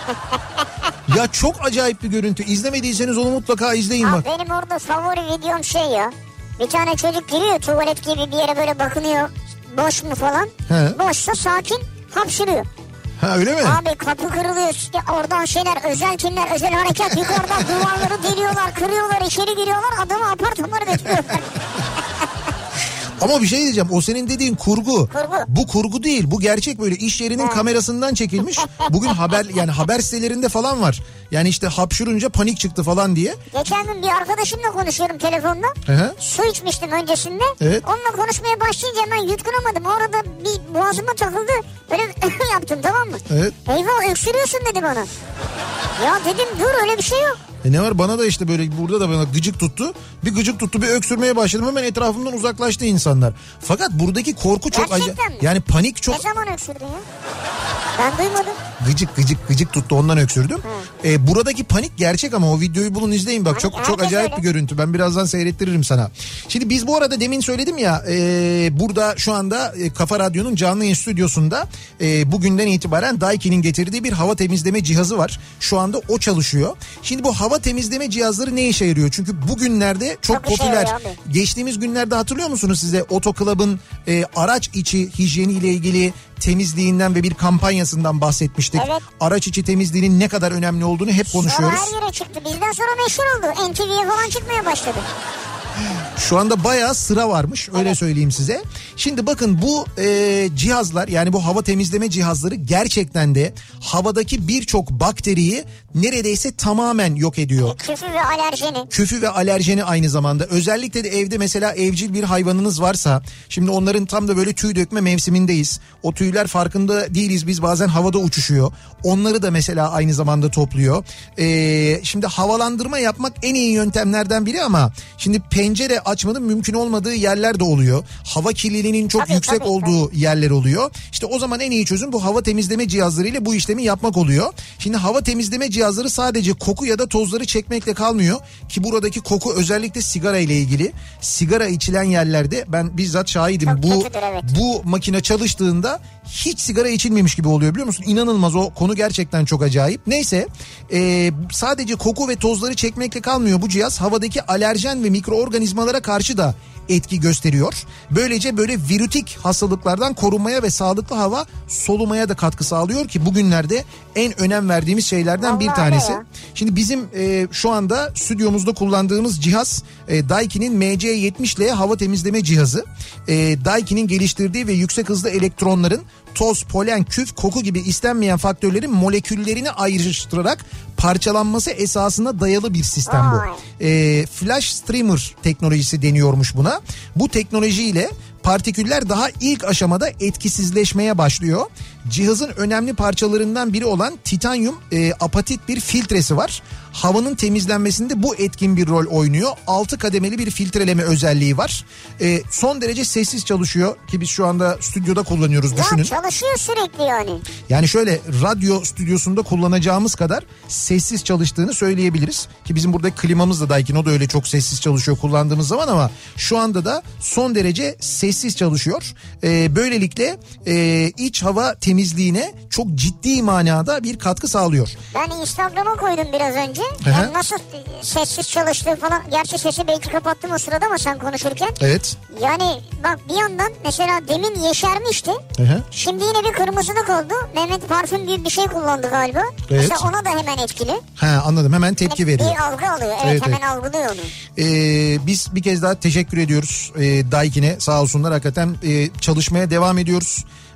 Ya çok acayip bir görüntü. İzlemediyseniz onu mutlaka izleyin bak. Benim orada favori videom şey ya. Bir tane çocuk giriyor tuvalet gibi bir yere, böyle bakınıyor boş mu falan. He. Boşsa sakin hapşırıyor. Ha öyle mi? Abi kapı kırılıyor. Oradan şeyler, özel timler, özel harekat yukarıdan duvarları deliyorlar, kırıyorlar, içeri giriyorlar, adamı apartmanları bekliyorlar. Ama bir şey diyeceğim, o senin dediğin kurgu. Kurgu. Bu kurgu değil, bu gerçek, böyle iş yerinin kamerasından çekilmiş. Bugün haber sitelerinde falan var. Yani işte hapşurunca panik çıktı falan diye. Geçen gün bir arkadaşımla konuşuyorum telefonda. Hı-hı. Su içmiştim öncesinde. Evet. Onunla konuşmaya başlayınca hemen yutkunamadım. O arada bir boğazıma takıldı. Böyle yaptım, tamam mı? Evet. Eyvah öksürüyorsun dedi bana. Ya dedim dur, öyle bir şey yok. Ne var, bana da işte böyle burada da bana gıcık tuttu. Bir gıcık tuttu, bir öksürmeye başladım. Hemen etrafımdan uzaklaştı insanlar. Fakat buradaki korku çok acayip. Yani panik çok... Ne zaman öksürdün ya? Ben duymadım. Gıcık tuttu, ondan öksürdüm. Buradaki panik gerçek ama o videoyu bulun, izleyin bak, çok acayip bir görüntü. Ben birazdan seyrettiririm sana. Şimdi biz bu arada demin söyledim ya, burada şu anda Kafa Radyo'nun canlı yayın stüdyosunda bugünden itibaren Daiki'nin getirdiği bir hava temizleme cihazı var. Şu anda o çalışıyor. Şimdi bu hava temizleme cihazları ne işe yarıyor? Çünkü bugünlerde çok popüler. Geçtiğimiz günlerde hatırlıyor musunuz size Otoclub'ın araç içi hijyeniyle ilgili temizliğinden ve bir kampanyasından bahsetmiştik. Evet. Araç içi temizliğinin ne kadar önemli olduğunu hep konuşuyoruz. Sonra her yere çıktı. Bizden sonra meşhur oldu. NTV'ye falan çıkmaya başladı. Şu anda bayağı sıra varmış, öyle söyleyeyim size. Şimdi bakın bu cihazlar, yani bu hava temizleme cihazları gerçekten de havadaki birçok bakteriyi neredeyse tamamen yok ediyor. Küfü ve alerjeni aynı zamanda. Özellikle de evde mesela evcil bir hayvanınız varsa, şimdi onların tam da böyle tüy dökme mevsimindeyiz. O tüyler farkında değiliz biz, bazen havada uçuşuyor. Onları da mesela aynı zamanda topluyor. Şimdi havalandırma yapmak en iyi yöntemlerden biri ama şimdi pencere açmanın mümkün olmadığı yerler de oluyor. Hava kirliliğinin çok yüksek olduğu yerler oluyor. İşte o zaman en iyi çözüm bu hava temizleme cihazlarıyla bu işlemi yapmak oluyor. Şimdi hava temizleme cihazları sadece koku ya da tozları çekmekle kalmıyor ki buradaki koku özellikle sigara ile ilgili. Sigara içilen yerlerde ben bizzat şahidim. Bu makine çalıştığında hiç sigara içilmemiş gibi oluyor, biliyor musun? İnanılmaz, o konu gerçekten çok acayip. Neyse sadece koku ve tozları çekmekle kalmıyor bu cihaz. Havadaki alerjen ve mikroorganizmalara karşı da etki gösteriyor. Böylece böyle virütik hastalıklardan korunmaya ve sağlıklı hava solumaya da katkı sağlıyor ki bugünlerde en önem verdiğimiz şeylerden bir tanesi. Şimdi bizim şu anda stüdyomuzda kullandığımız cihaz Daiki'nin MC70L hava temizleme cihazı. Daiki'nin geliştirdiği ve yüksek hızlı elektronların toz, polen, küf, koku gibi istenmeyen faktörlerin moleküllerini ayrıştırarak parçalanması esasına dayalı bir sistem bu. Flash streamer teknolojisi deniyormuş buna. Bu teknolojiyle partiküller daha ilk aşamada etkisizleşmeye başlıyor. Cihazın önemli parçalarından biri olan titanyum apatit bir filtresi var. Havanın temizlenmesinde bu etkin bir rol oynuyor. 6 kademeli bir filtreleme özelliği var. Son derece sessiz çalışıyor ki biz şu anda stüdyoda kullanıyoruz, düşünün. Ya çalışıyor sürekli yani. Yani şöyle radyo stüdyosunda kullanacağımız kadar sessiz çalıştığını söyleyebiliriz. Ki bizim burada klimamız da Daikin, o da öyle çok sessiz çalışıyor kullandığımız zaman ama şu anda da son derece sessiz çalışıyor. Böylelikle iç hava temizliğine çok ciddi manada bir katkı sağlıyor. Ben Instagram'a koydum biraz önce. Yani nasıl sessiz çalıştığı falan. Gerçi sesi belki kapattım o sırada ama sen konuşurken. Evet. Yani bak bir yandan mesela demin yeşermişti. Şimdi yine bir kırmızılık oldu. Mehmet parfüm gibi bir şey kullandı galiba. Evet. Mesela ona da hemen etkili. Anladım, hemen tepki veriyor. Bir algı alıyor. Evet, hemen algılıyor onu. Biz bir kez daha teşekkür ediyoruz Daikin'e, sağ olsunlar, hakikaten çalışmaya devam ediyoruz.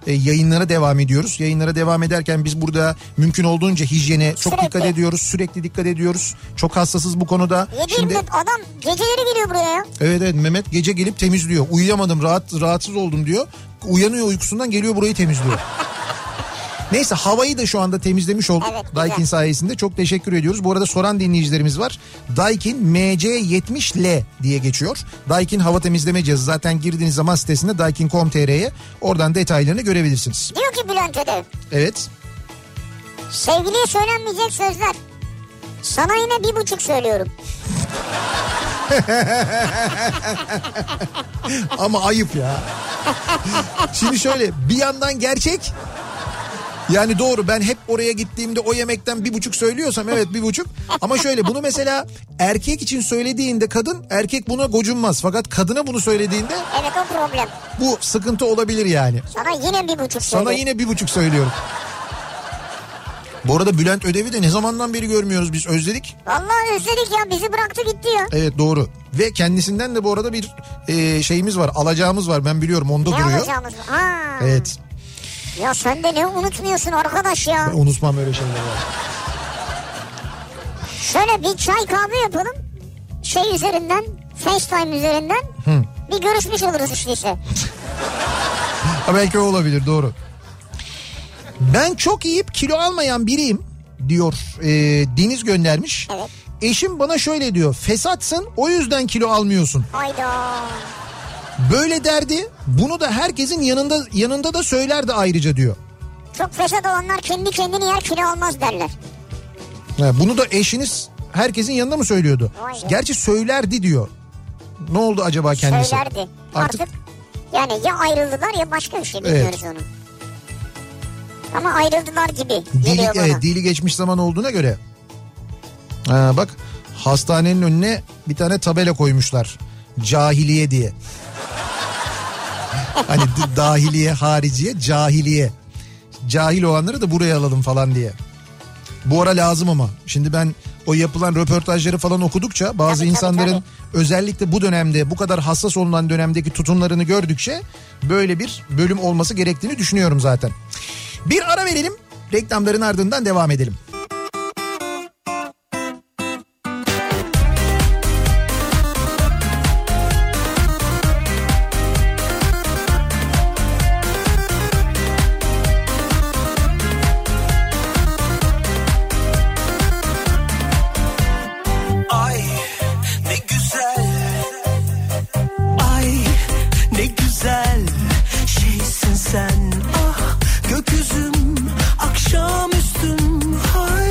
yayınlara devam ediyoruz. Yayınlara devam ederken biz burada mümkün olduğunca hijyene çok dikkat ediyoruz. Sürekli dikkat ediyoruz. Çok hassasız bu konuda. Şimdi adam geceleri geliyor buraya ya. Evet Mehmet gece gelip temizliyor. Uyuyamadım, rahatsız oldum diyor. Uyanıyor uykusundan, geliyor burayı temizliyor. Neyse, havayı da şu anda temizlemiş olduk. Evet, Daikin sayesinde çok teşekkür ediyoruz. Bu arada soran dinleyicilerimiz var. Daikin MC70L diye geçiyor. Daikin hava temizleme cihazı. Zaten girdiğiniz zaman sitesinde daikin.com.tr'ye oradan detaylarını görebilirsiniz. Diyor ki Bülent Ödev. Evet. Sevgiliye söylenmeyecek sözler. Sana yine 1,5 söylüyorum. Ama ayıp ya. Şimdi şöyle, bir yandan gerçek. Yani doğru, ben hep oraya gittiğimde o yemekten 1,5 söylüyorsam evet 1,5. Ama şöyle, bunu mesela erkek için söylediğinde kadın, erkek buna gocunmaz. Fakat kadına bunu söylediğinde evet, o problem. Bu sıkıntı olabilir yani. Sana yine 1,5 söylüyorum. Sana yine 1,5 söylüyorum. Bu arada Bülent Ödev'i de ne zamandan beri görmüyoruz, biz özledik. Vallahi özledik ya, bizi bıraktı gitti ya. Evet doğru. Ve kendisinden de bu arada bir şeyimiz var, alacağımız var, ben biliyorum, onda ne duruyor. Ne alacağımız var? Ha. Evet. Ya sen de ne unutmuyorsun arkadaş ya. Ben unutmam öyle şeyleri. Şöyle bir çay kahve yapalım. Şey üzerinden, FaceTime üzerinden. Bir görüşmüş oluruz işte. Belki o olabilir, doğru. Ben çok yiyip kilo almayan biriyim diyor, Deniz göndermiş. Evet. Eşim bana şöyle diyor, fesatsın o yüzden kilo almıyorsun. Hayda. Böyle derdi, bunu da herkesin yanında da söylerdi ayrıca diyor. Çok fesat olanlar kendi kendini yer, kilo almaz derler. Bunu da eşiniz herkesin yanında mı söylüyordu? Gerçi söylerdi diyor. Ne oldu acaba kendisi? Söylerdi. Artık yani ya ayrıldılar ya başka bir şey, bilmiyoruz evet. Onu. Ama ayrıldılar gibi geliyor bana. Evet, dili geçmiş zaman olduğuna göre. Bak, hastanenin önüne bir tane tabela koymuşlar. Cahiliye diye. Hani dahiliye, hariciye, cahiliye. Cahil olanları da buraya alalım falan diye. Bu ara lazım ama. Şimdi ben o yapılan röportajları falan okudukça bazı insanların özellikle bu dönemde, bu kadar hassas olunan dönemdeki tutumlarını gördükçe böyle bir bölüm olması gerektiğini düşünüyorum zaten. Bir ara verelim, reklamların ardından devam edelim. Sen ah gökyüzüm, akşamüstüm, hay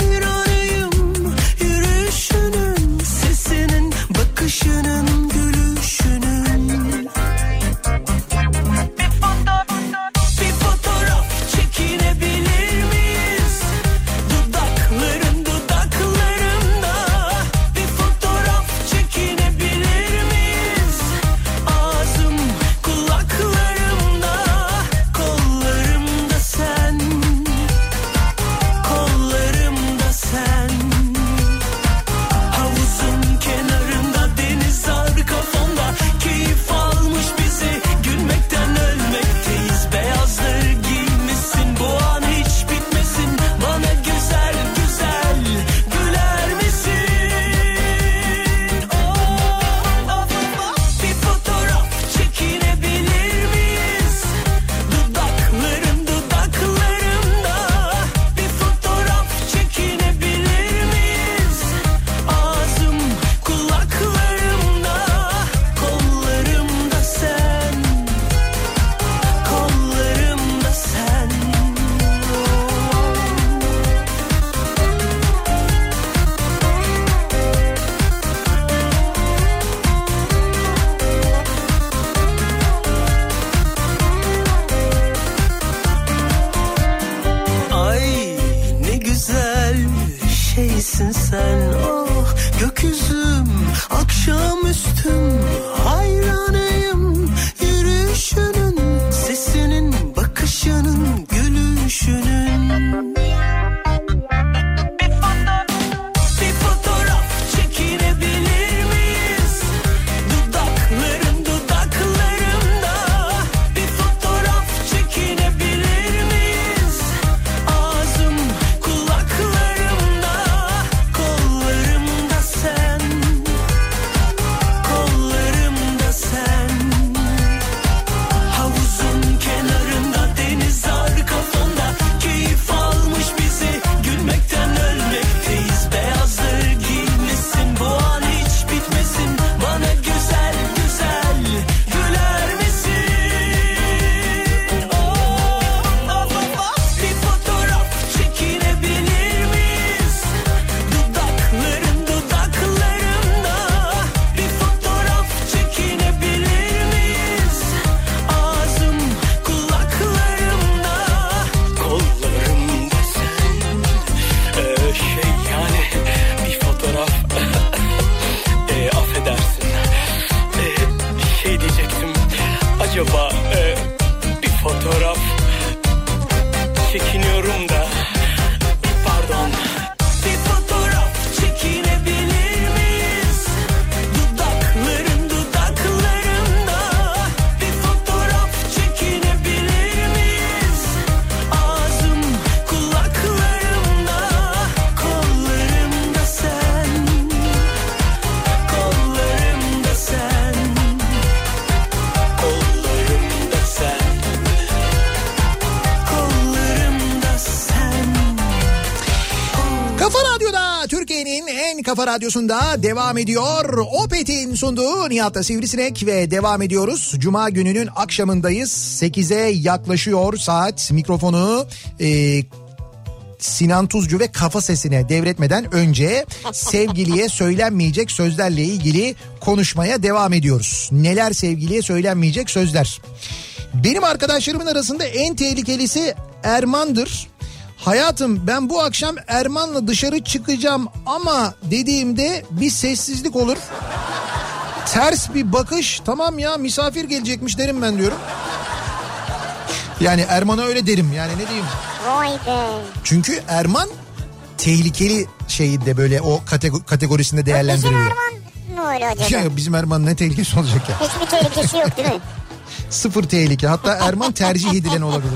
Kafa Radyosu'nda devam ediyor. Opet'in sunduğu Nihat'la Sivrisinek ve devam ediyoruz. Cuma gününün akşamındayız. 8'e yaklaşıyor saat. Mikrofonu Sinan Tuzcu ve Kafa Sesine devretmeden önce sevgiliye söylenmeyecek sözlerle ilgili konuşmaya devam ediyoruz. Neler sevgiliye söylenmeyecek sözler? Benim arkadaşlarımın arasında en tehlikelisi Erman'dır. Hayatım ben bu akşam Erman'la dışarı çıkacağım ama dediğimde bir sessizlik olur. Ters bir bakış, tamam ya misafir gelecekmiş derim ben diyorum. Yani Erman'a öyle derim, yani ne diyeyim. Vay be. Çünkü Erman tehlikeli şeyinde, böyle o kategorisinde değerlendiriliyor. Bizim Erman mı öyle acaba? Ya bizim Erman ne tehlikesi olacak ya? Hiçbir tehlikesi yok değil mi? Sıfır tehlike, hatta Erman tercih edilen olabilir.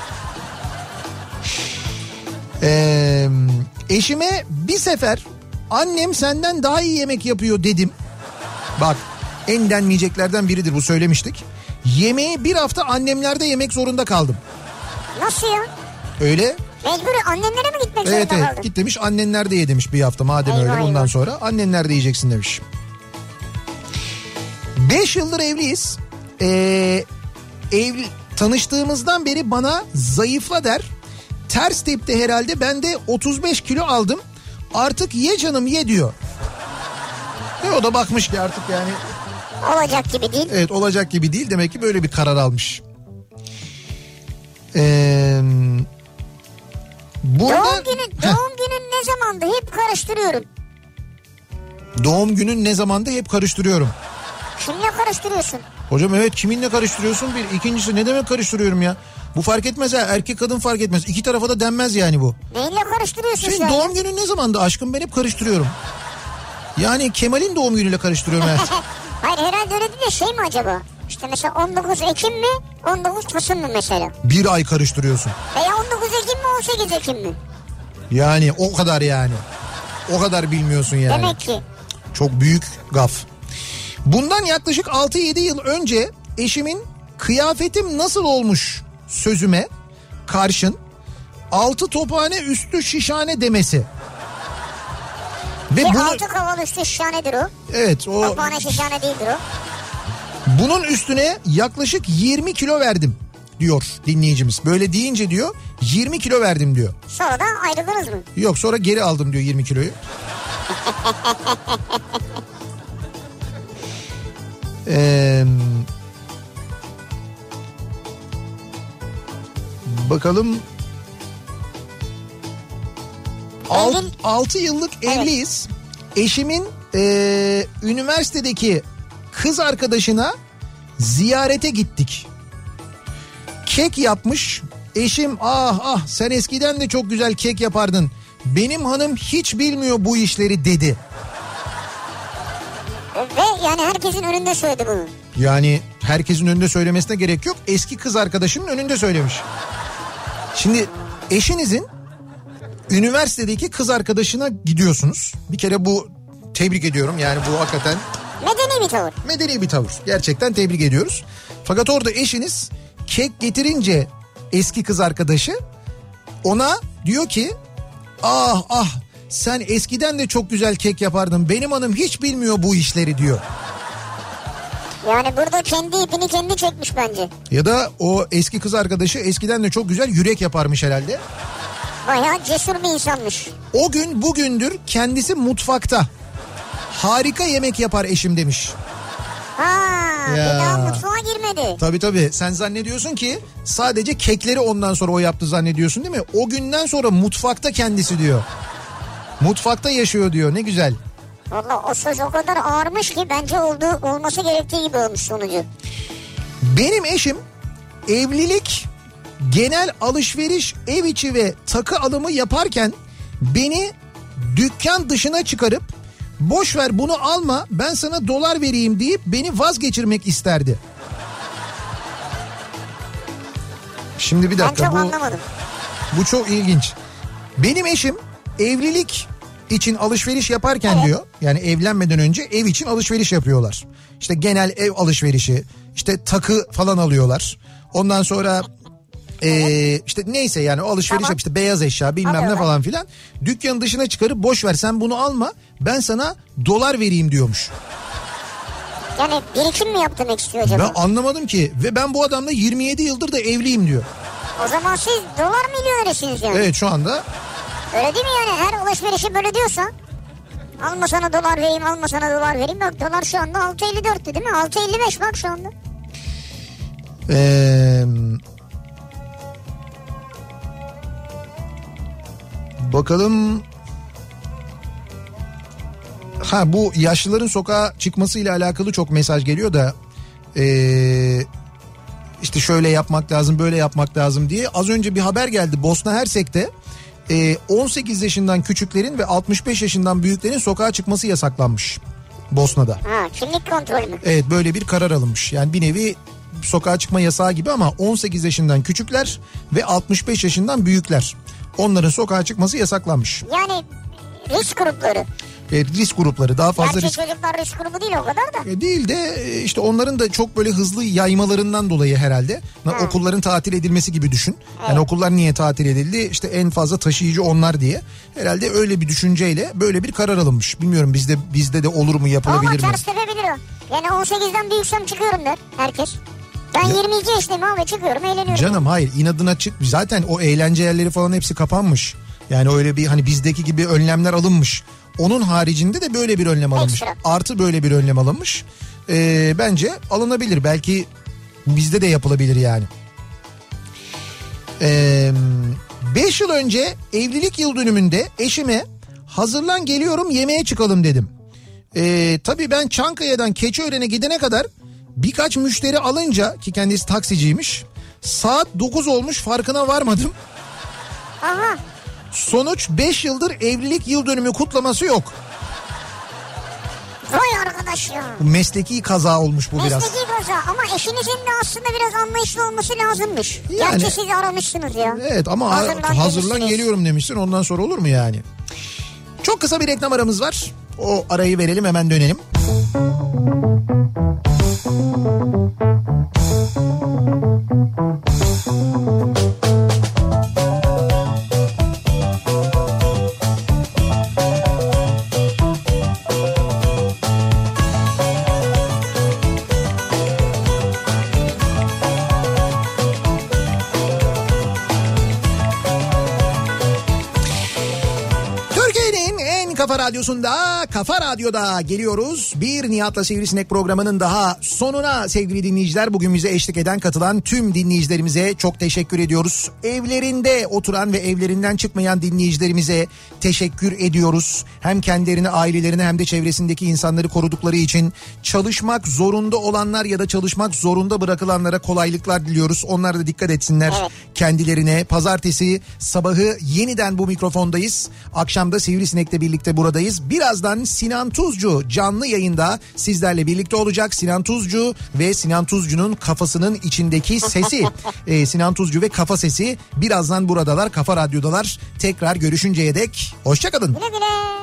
Eşime bir sefer annem senden daha iyi yemek yapıyor dedim. Bak en denmeyeceklerden biridir bu, söylemiştik. Yemeği bir hafta annemlerde yemek zorunda kaldım. Nasıl ya? Öyle. Mecbur annenlere mi gitmek zorunda kaldın? Evet git demiş, annenlerde ye demiş bir hafta madem eyvah, öyle, bundan eyvah. sonra annenlerde yiyeceksin demiş. 5 yıldır evliyiz. Tanıştığımızdan beri bana zayıfla der. Ters tepti herhalde, ben de 35 kilo aldım. Artık ye canım ye diyor. O da bakmış ki artık yani. Olacak gibi değil. Evet, olacak gibi değil, demek ki böyle bir karar almış. Burada... Doğum günün ne zamandı hep karıştırıyorum. Doğum günün ne zamandı hep karıştırıyorum. Kimle karıştırıyorsun? Hocam evet, kiminle karıştırıyorsun bir. İkincisi ne demek karıştırıyorum ya? Bu fark etmez ha, erkek kadın fark etmez. İki tarafa da denmez yani bu. Neyle karıştırıyorsun Senin doğum günün ne zamandı aşkım, ben hep karıştırıyorum. Yani Kemal'in doğum günüyle karıştırıyorum evet. Hayır herhalde öyle değil de şey mi acaba? İşte mesela 19 Ekim mi 19 Kasım mı mesela? Bir ay karıştırıyorsun. Veya 19 Ekim mi 18 Ekim mi? Yani o kadar yani. O kadar bilmiyorsun yani. Demek ki. Çok büyük gaf. Bundan yaklaşık 6-7 yıl önce eşimin kıyafetim nasıl olmuş sözüme karşın 6 tophane üstü şişhane demesi. Ve bunu... 6 kaval üstü şişhanedir o. Evet o... Tophane şişhane değildir o. Bunun üstüne yaklaşık 20 kilo verdim diyor dinleyicimiz. Böyle deyince diyor 20 kilo verdim diyor. Sonra da ayrıldınız mı? Yok, sonra geri aldım diyor 20 kiloyu. Bakalım. 6 yıllık evliyiz. Eşimin üniversitedeki kız arkadaşına ziyarete gittik. Kek yapmış. Eşim ah sen eskiden de çok güzel kek yapardın. Benim hanım hiç bilmiyor bu işleri dedi. Ve yani herkesin önünde söyledi bunu. Yani herkesin önünde söylemesine gerek yok. Eski kız arkadaşının önünde söylemiş. Şimdi eşinizin üniversitedeki kız arkadaşına gidiyorsunuz. Bir kere bu, tebrik ediyorum. Yani bu hakikaten... Medeni bir tavır. Medeni bir tavır. Gerçekten tebrik ediyoruz. Fakat orada eşiniz kek getirince eski kız arkadaşı ona diyor ki ah sen eskiden de çok güzel kek yapardın. Benim hanım hiç bilmiyor bu işleri diyor. Yani burada kendi ipini kendi çekmiş bence. Ya da o eski kız arkadaşı eskiden de çok güzel yürek yaparmış herhalde. Bayağı cesur bir insanmış. O gün bugündür kendisi mutfakta. Harika yemek yapar eşim demiş. Bir daha mutfağa girmedi. Tabii sen zannediyorsun ki sadece kekleri ondan sonra o yaptı zannediyorsun değil mi? O günden sonra mutfakta kendisi diyor. Mutfakta yaşıyor diyor, ne güzel. Valla o söz o kadar ağırmış ki bence olması gerektiği gibi olmuş sonucu. Benim eşim evlilik, genel alışveriş, ev içi ve takı alımı yaparken beni dükkan dışına çıkarıp boş ver bunu alma ben sana dolar vereyim deyip beni vazgeçirmek isterdi. Şimdi bir dakika, ben çok anlamadım. Bu çok ilginç. Benim eşim evlilik için alışveriş yaparken diyor, yani evlenmeden önce ev için alışveriş yapıyorlar. İşte genel ev alışverişi, işte takı falan alıyorlar. Ondan sonra işte neyse yani o alışveriş Tamam. yap işte beyaz eşya bilmem ne Alıyorlar. falan filan. Dükkanın dışına çıkarıp boş ver sen bunu alma ben sana dolar vereyim diyormuş. Yani birikim mi yap demek istiyor acaba? Ben anlamadım ki ve ben bu adamla 27 yıldır da evliyim diyor. O zaman siz dolar milyonerisiniz yani. Evet şu anda. Öyle değil mi yani? Her alışverişi böyle diyorsa alma sana dolar vereyim, alma sana dolar vereyim. Bak dolar şu anda 6.54'tü değil mi? 6.55 bak şu anda. Bakalım. Ha bu yaşlıların sokağa çıkmasıyla alakalı çok mesaj geliyor da işte şöyle yapmak lazım böyle yapmak lazım diye. Az önce bir haber geldi Bosna Hersek'te 18 yaşından küçüklerin ve 65 yaşından büyüklerin sokağa çıkması yasaklanmış Bosna'da. Ha, kimlik kontrolü mü? Evet böyle bir karar alınmış yani bir nevi sokağa çıkma yasağı gibi ama 18 yaşından küçükler ve 65 yaşından büyükler onların sokağa çıkması yasaklanmış. Yani risk grupları. Risk grupları daha fazla Gerçi çocuklar risk grubu değil o kadar da. Değil de işte onların da çok böyle hızlı yaymalarından dolayı herhalde. Okulların tatil edilmesi gibi düşün. Evet. Yani okullar niye tatil edildi? İşte en fazla taşıyıcı onlar diye. Herhalde öyle bir düşünceyle böyle bir karar alınmış. Bilmiyorum bizde de olur mu yapılabilir mi? Ama ters tepebilir o. Yani 18'den büyüksem çıkıyorum der herkes. Ben 22 yaşındayım abi çıkıyorum eğleniyorum. Canım hayır inadına çık. Zaten o eğlence yerleri falan hepsi kapanmış. Yani öyle bir hani bizdeki gibi önlemler alınmış. Onun haricinde de böyle bir önlem alınmış. Ekstra. Artı böyle bir önlem alınmış. Bence alınabilir. Belki bizde de yapılabilir yani. 5 yıl önce evlilik yıl dönümünde eşime hazırlan geliyorum yemeğe çıkalım dedim. Tabii ben Çankaya'dan Keçiören'e gidene kadar birkaç müşteri alınca ki kendisi taksiciymiş. Saat 9 olmuş farkına varmadım. Aha. Sonuç 5 yıldır evlilik yıl dönümü kutlaması yok. Vay arkadaş ya. Bu mesleki kaza olmuş bu biraz. Mesleki kaza ama eşinizin de aslında biraz anlayışlı olması lazımmış. Yani, gerçi siz aramışsınız ya. Evet ama hazırlan geliyorum demişsin ondan sonra olur mu yani? Çok kısa bir reklam aramız var. O arayı verelim hemen dönelim. Kafa Radyosu'nda, Kafa Radyo'da geliyoruz. Bir Nihat'la Sivrisinek programının daha sonuna sevgili dinleyiciler. Bugün bize eşlik eden, katılan tüm dinleyicilerimize çok teşekkür ediyoruz. Evlerinde oturan ve evlerinden çıkmayan dinleyicilerimize teşekkür ediyoruz. Hem kendilerini, ailelerini hem de çevresindeki insanları korudukları için çalışmak zorunda olanlar ya da çalışmak zorunda bırakılanlara kolaylıklar diliyoruz. Onlar da dikkat etsinler kendilerine. Pazartesi sabahı yeniden bu mikrofondayız. Akşamda Sivrisinek'le birlikte buradayız. Birazdan Sinan Tuzcu canlı yayında sizlerle birlikte olacak. Sinan Tuzcu ve Sinan Tuzcu'nun kafasının içindeki sesi. Sinan Tuzcu ve kafa sesi birazdan buradalar. Kafa Radyo'dalar. Tekrar görüşünceye dek hoşça kalın. Güle güle.